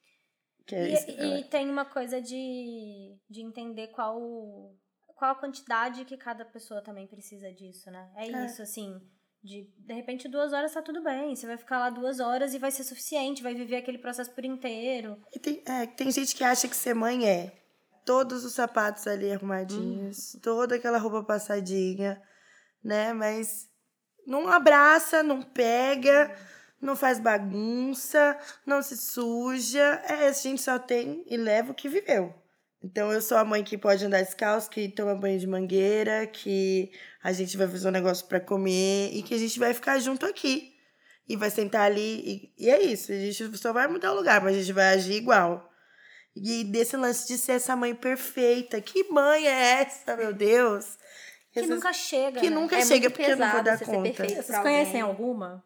Que é isso. E, e tem uma coisa de, de entender qual, qual a quantidade que cada pessoa também precisa disso, né? É, É. isso, assim, de, de repente duas horas tá tudo bem, você vai ficar lá duas horas e vai ser suficiente, vai viver aquele processo por inteiro. E tem, é, tem gente que acha que ser mãe é todos os sapatos ali arrumadinhos, toda aquela roupa passadinha, né? Mas não abraça, não pega, não faz bagunça, não se suja. É, a gente só tem e leva o que viveu. Então, eu sou a mãe que pode andar descalço, que toma banho de mangueira, que a gente vai fazer um negócio pra comer e que a gente vai ficar junto aqui. E vai sentar ali e, e é isso. A gente só vai mudar o lugar, mas a gente vai agir igual. E desse lance de ser essa mãe perfeita. Que mãe é essa, meu Deus? Que Essas... nunca chega, Que né? nunca É chega, muito porque eu não vou pesado dar você ser conta. perfeito. Vocês pra conhecem alguém. alguma?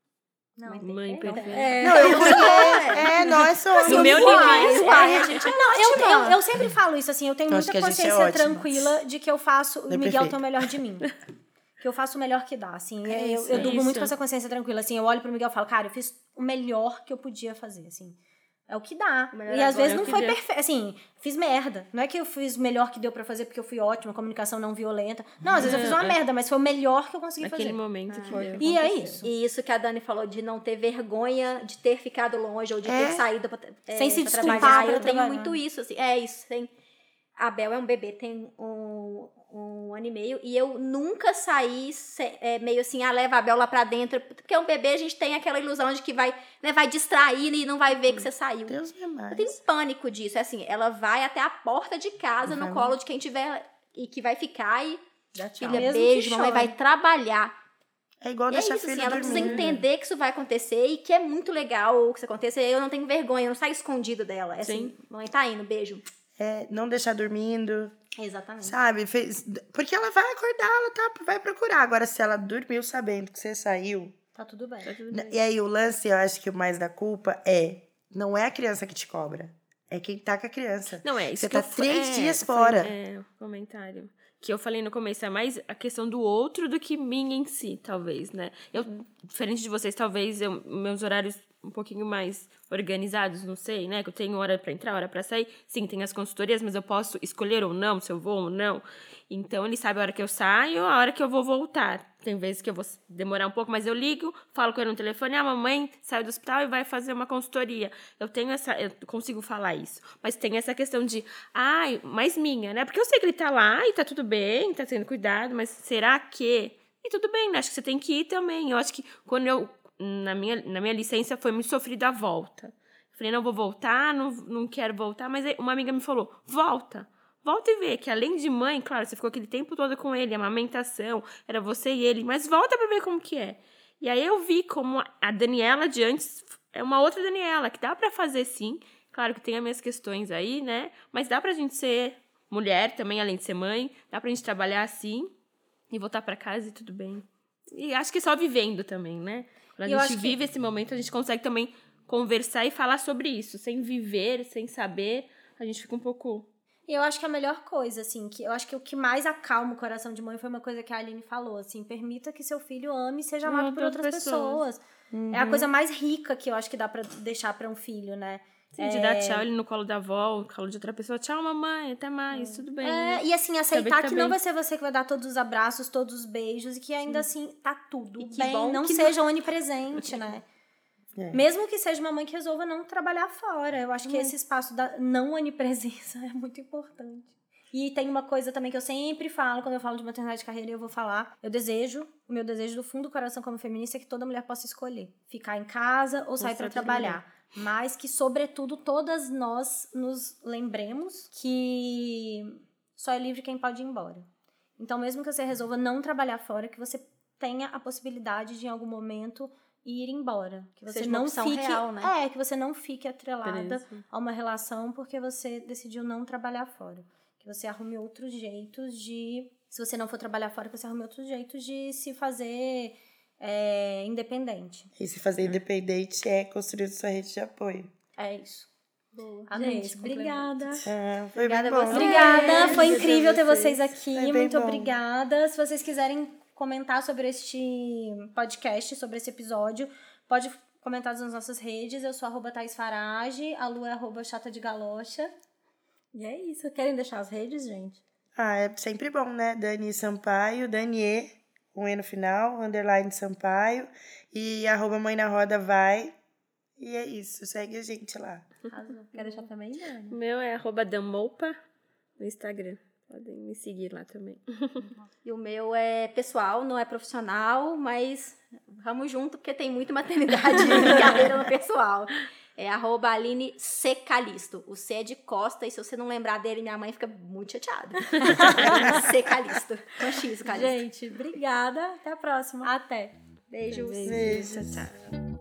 Não, Mãe perfeita. perfeita. É. Não, eu conheço. É, nós somos. No meu Uai, limite. uai, É, a gente- Não, eu, eu, eu sempre falo isso, assim, eu tenho Eu acho muita que a gente é consciência ótima. tranquila de que eu faço, o Não é Miguel perfeita. tem o melhor de mim. Que eu faço o melhor que dá, assim, É eu, isso, eu é durmo isso. muito com essa consciência tranquila, assim, eu olho pro Miguel e falo, cara, eu fiz o melhor que eu podia fazer, assim, é o que dá. O melhor E às agora vezes é o não que foi deu. perfeito, assim, fiz merda. Não é que eu fiz o melhor que deu pra fazer porque eu fui ótima, comunicação não violenta. Não, às vezes eu fiz uma É. merda, mas foi o melhor que eu consegui Naquele fazer. momento que deu. E é aconteceu. isso. E isso que a Dani falou de não ter vergonha de ter ficado longe ou de É. ter saído pra, é, Sem se pra desculpar trabalhar. pra Eu tenho trabalhar. muito isso, assim. É isso. Tem... A Bel é um bebê, tem um, um ano e meio. E eu nunca saí se- é, meio assim, ah, leva a Bel lá pra dentro. Porque um bebê, a gente tem aquela ilusão de que vai, né, vai distrair e não vai ver que você saiu. Deus me mais. Eu tenho pânico disso. É assim, ela vai até a porta de casa, no Vai. colo de quem tiver e que vai ficar e... Dá tchau. Filha, Mesmo beijo, que mamãe chore. vai trabalhar. É igual E é deixar isso, filho assim, ela precisa dormindo. entender que isso vai acontecer e que é muito legal que isso aconteça. Eu não tenho vergonha, eu não saio escondido dela. É assim, mãe tá indo, beijo. É, não deixar dormindo, Exatamente. sabe? Fez... Porque ela vai acordar, ela tá, vai procurar. Agora, se ela dormiu sabendo que você saiu... Tá tudo bem. Tá tudo N- bem. E aí, o lance, eu acho que o mais da culpa é... Não é a criança que te cobra. É quem tá com a criança. Não, é isso Você que tá eu fa- três é, dias foi- fora. É, o comentário. Que eu falei no começo, é mais a questão do outro do que minha em si, talvez, né? Eu, diferente de vocês, talvez, eu, meus horários um pouquinho mais organizados, não sei, né? Que eu tenho hora pra entrar, hora pra sair. Sim, tem as consultorias, mas eu posso escolher ou não, se eu vou ou não. Então, ele sabe a hora que eu saio, a hora que eu vou voltar. Tem vezes que eu vou demorar um pouco, mas eu ligo, falo com ele no telefone, ah, mamãe saiu do hospital e vai fazer uma consultoria. Eu tenho essa, eu consigo falar isso. Mas tem essa questão de, ai, mais minha, né? Porque eu sei que ele tá lá e tá tudo bem, tá sendo cuidado, mas será que... E tudo bem, né? Acho que você tem que ir também. Eu acho que quando eu, na minha, na minha licença, foi muito sofrida a volta. Falei, não vou voltar, não, não quero voltar, mas aí uma amiga me falou, volta. Volta e vê que além de mãe, claro, você ficou aquele tempo todo com ele, amamentação, era você e ele, mas volta pra ver como que é. E aí eu vi como a Daniela de antes é uma outra Daniela, que dá pra fazer sim. Claro que tem as minhas questões aí, né? Mas dá pra gente ser mulher também, além de ser mãe. Dá pra gente trabalhar assim e voltar pra casa e tudo bem. E acho que é só vivendo também, né? Quando E eu a acho gente que- vive esse momento, a gente consegue também conversar e falar sobre isso. Sem viver, sem saber, a gente fica um pouco... E eu acho que a melhor coisa, assim, que eu acho que o que mais acalma o coração de mãe foi uma coisa que a Aline falou, assim, permita que seu filho ame e seja amado por outras pessoas. pessoas. É a coisa mais rica que eu acho que dá pra deixar pra um filho, né? Sim, de dar tchau ele no colo da avó, no colo de outra pessoa. Tchau, mamãe, até mais, tudo bem. É, e assim, Saber aceitar que que, tá não bem. vai ser você que vai dar todos os abraços, todos os beijos, e que ainda assim tá tudo E que bem, bom não que seja onipresente, né? É. Mesmo que seja uma mãe que resolva não trabalhar fora. Eu acho que esse espaço da não onipresença é muito importante. E tem uma coisa também que eu sempre falo, quando eu falo de maternidade de carreira, eu vou falar, eu desejo, o meu desejo do fundo do coração como feminista é que toda mulher possa escolher ficar em casa ou sair para sair pra trabalhar. Mas que, sobretudo, todas nós nos lembremos que só é livre quem pode ir embora. Então, mesmo que você resolva não trabalhar fora, que você tenha a possibilidade de, em algum momento, ir embora. Que você Seja uma não opção fique, real, né? É, que você não fique atrelada Preso. a uma relação porque você decidiu não trabalhar fora. Que você arrume outros jeitos de... Se você não for trabalhar fora, que você arrume outros jeitos de se fazer é, independente. E se fazer independente é construir sua rede de apoio. É isso. Boa. Amei Gente, esse complemento. obrigada. É, foi Obrigada bem a bom. você. Obrigada, foi Beijo incrível pra ter vocês aqui. Foi bem Muito bom. obrigada. Se vocês quiserem comentar sobre este podcast, sobre esse episódio, pode comentar nas nossas redes. Eu sou arroba Thaís Farage, a Lu é arroba Chata de Galocha. E é isso. Querem deixar as redes, gente? Ah, é sempre bom, né? Dani Sampaio, Danie, um E no final, underline Sampaio. E arroba Mãe na Roda vai. E é isso, segue a gente lá. Arrasou. Quer deixar também, Dani? O meu é arroba damopa no Instagram. Podem me seguir lá também. E o meu é pessoal, não é profissional, mas vamos junto porque tem muita maternidade e carreira no pessoal. É arroba Aline C. Calisto. O C é de Costa, e se você não lembrar dele, minha mãe fica muito chateada. Aline C. Calisto. Com X, Calisto. Gente, obrigada. Até a próxima. Até. Beijos. Beijo. Tchau, tchau.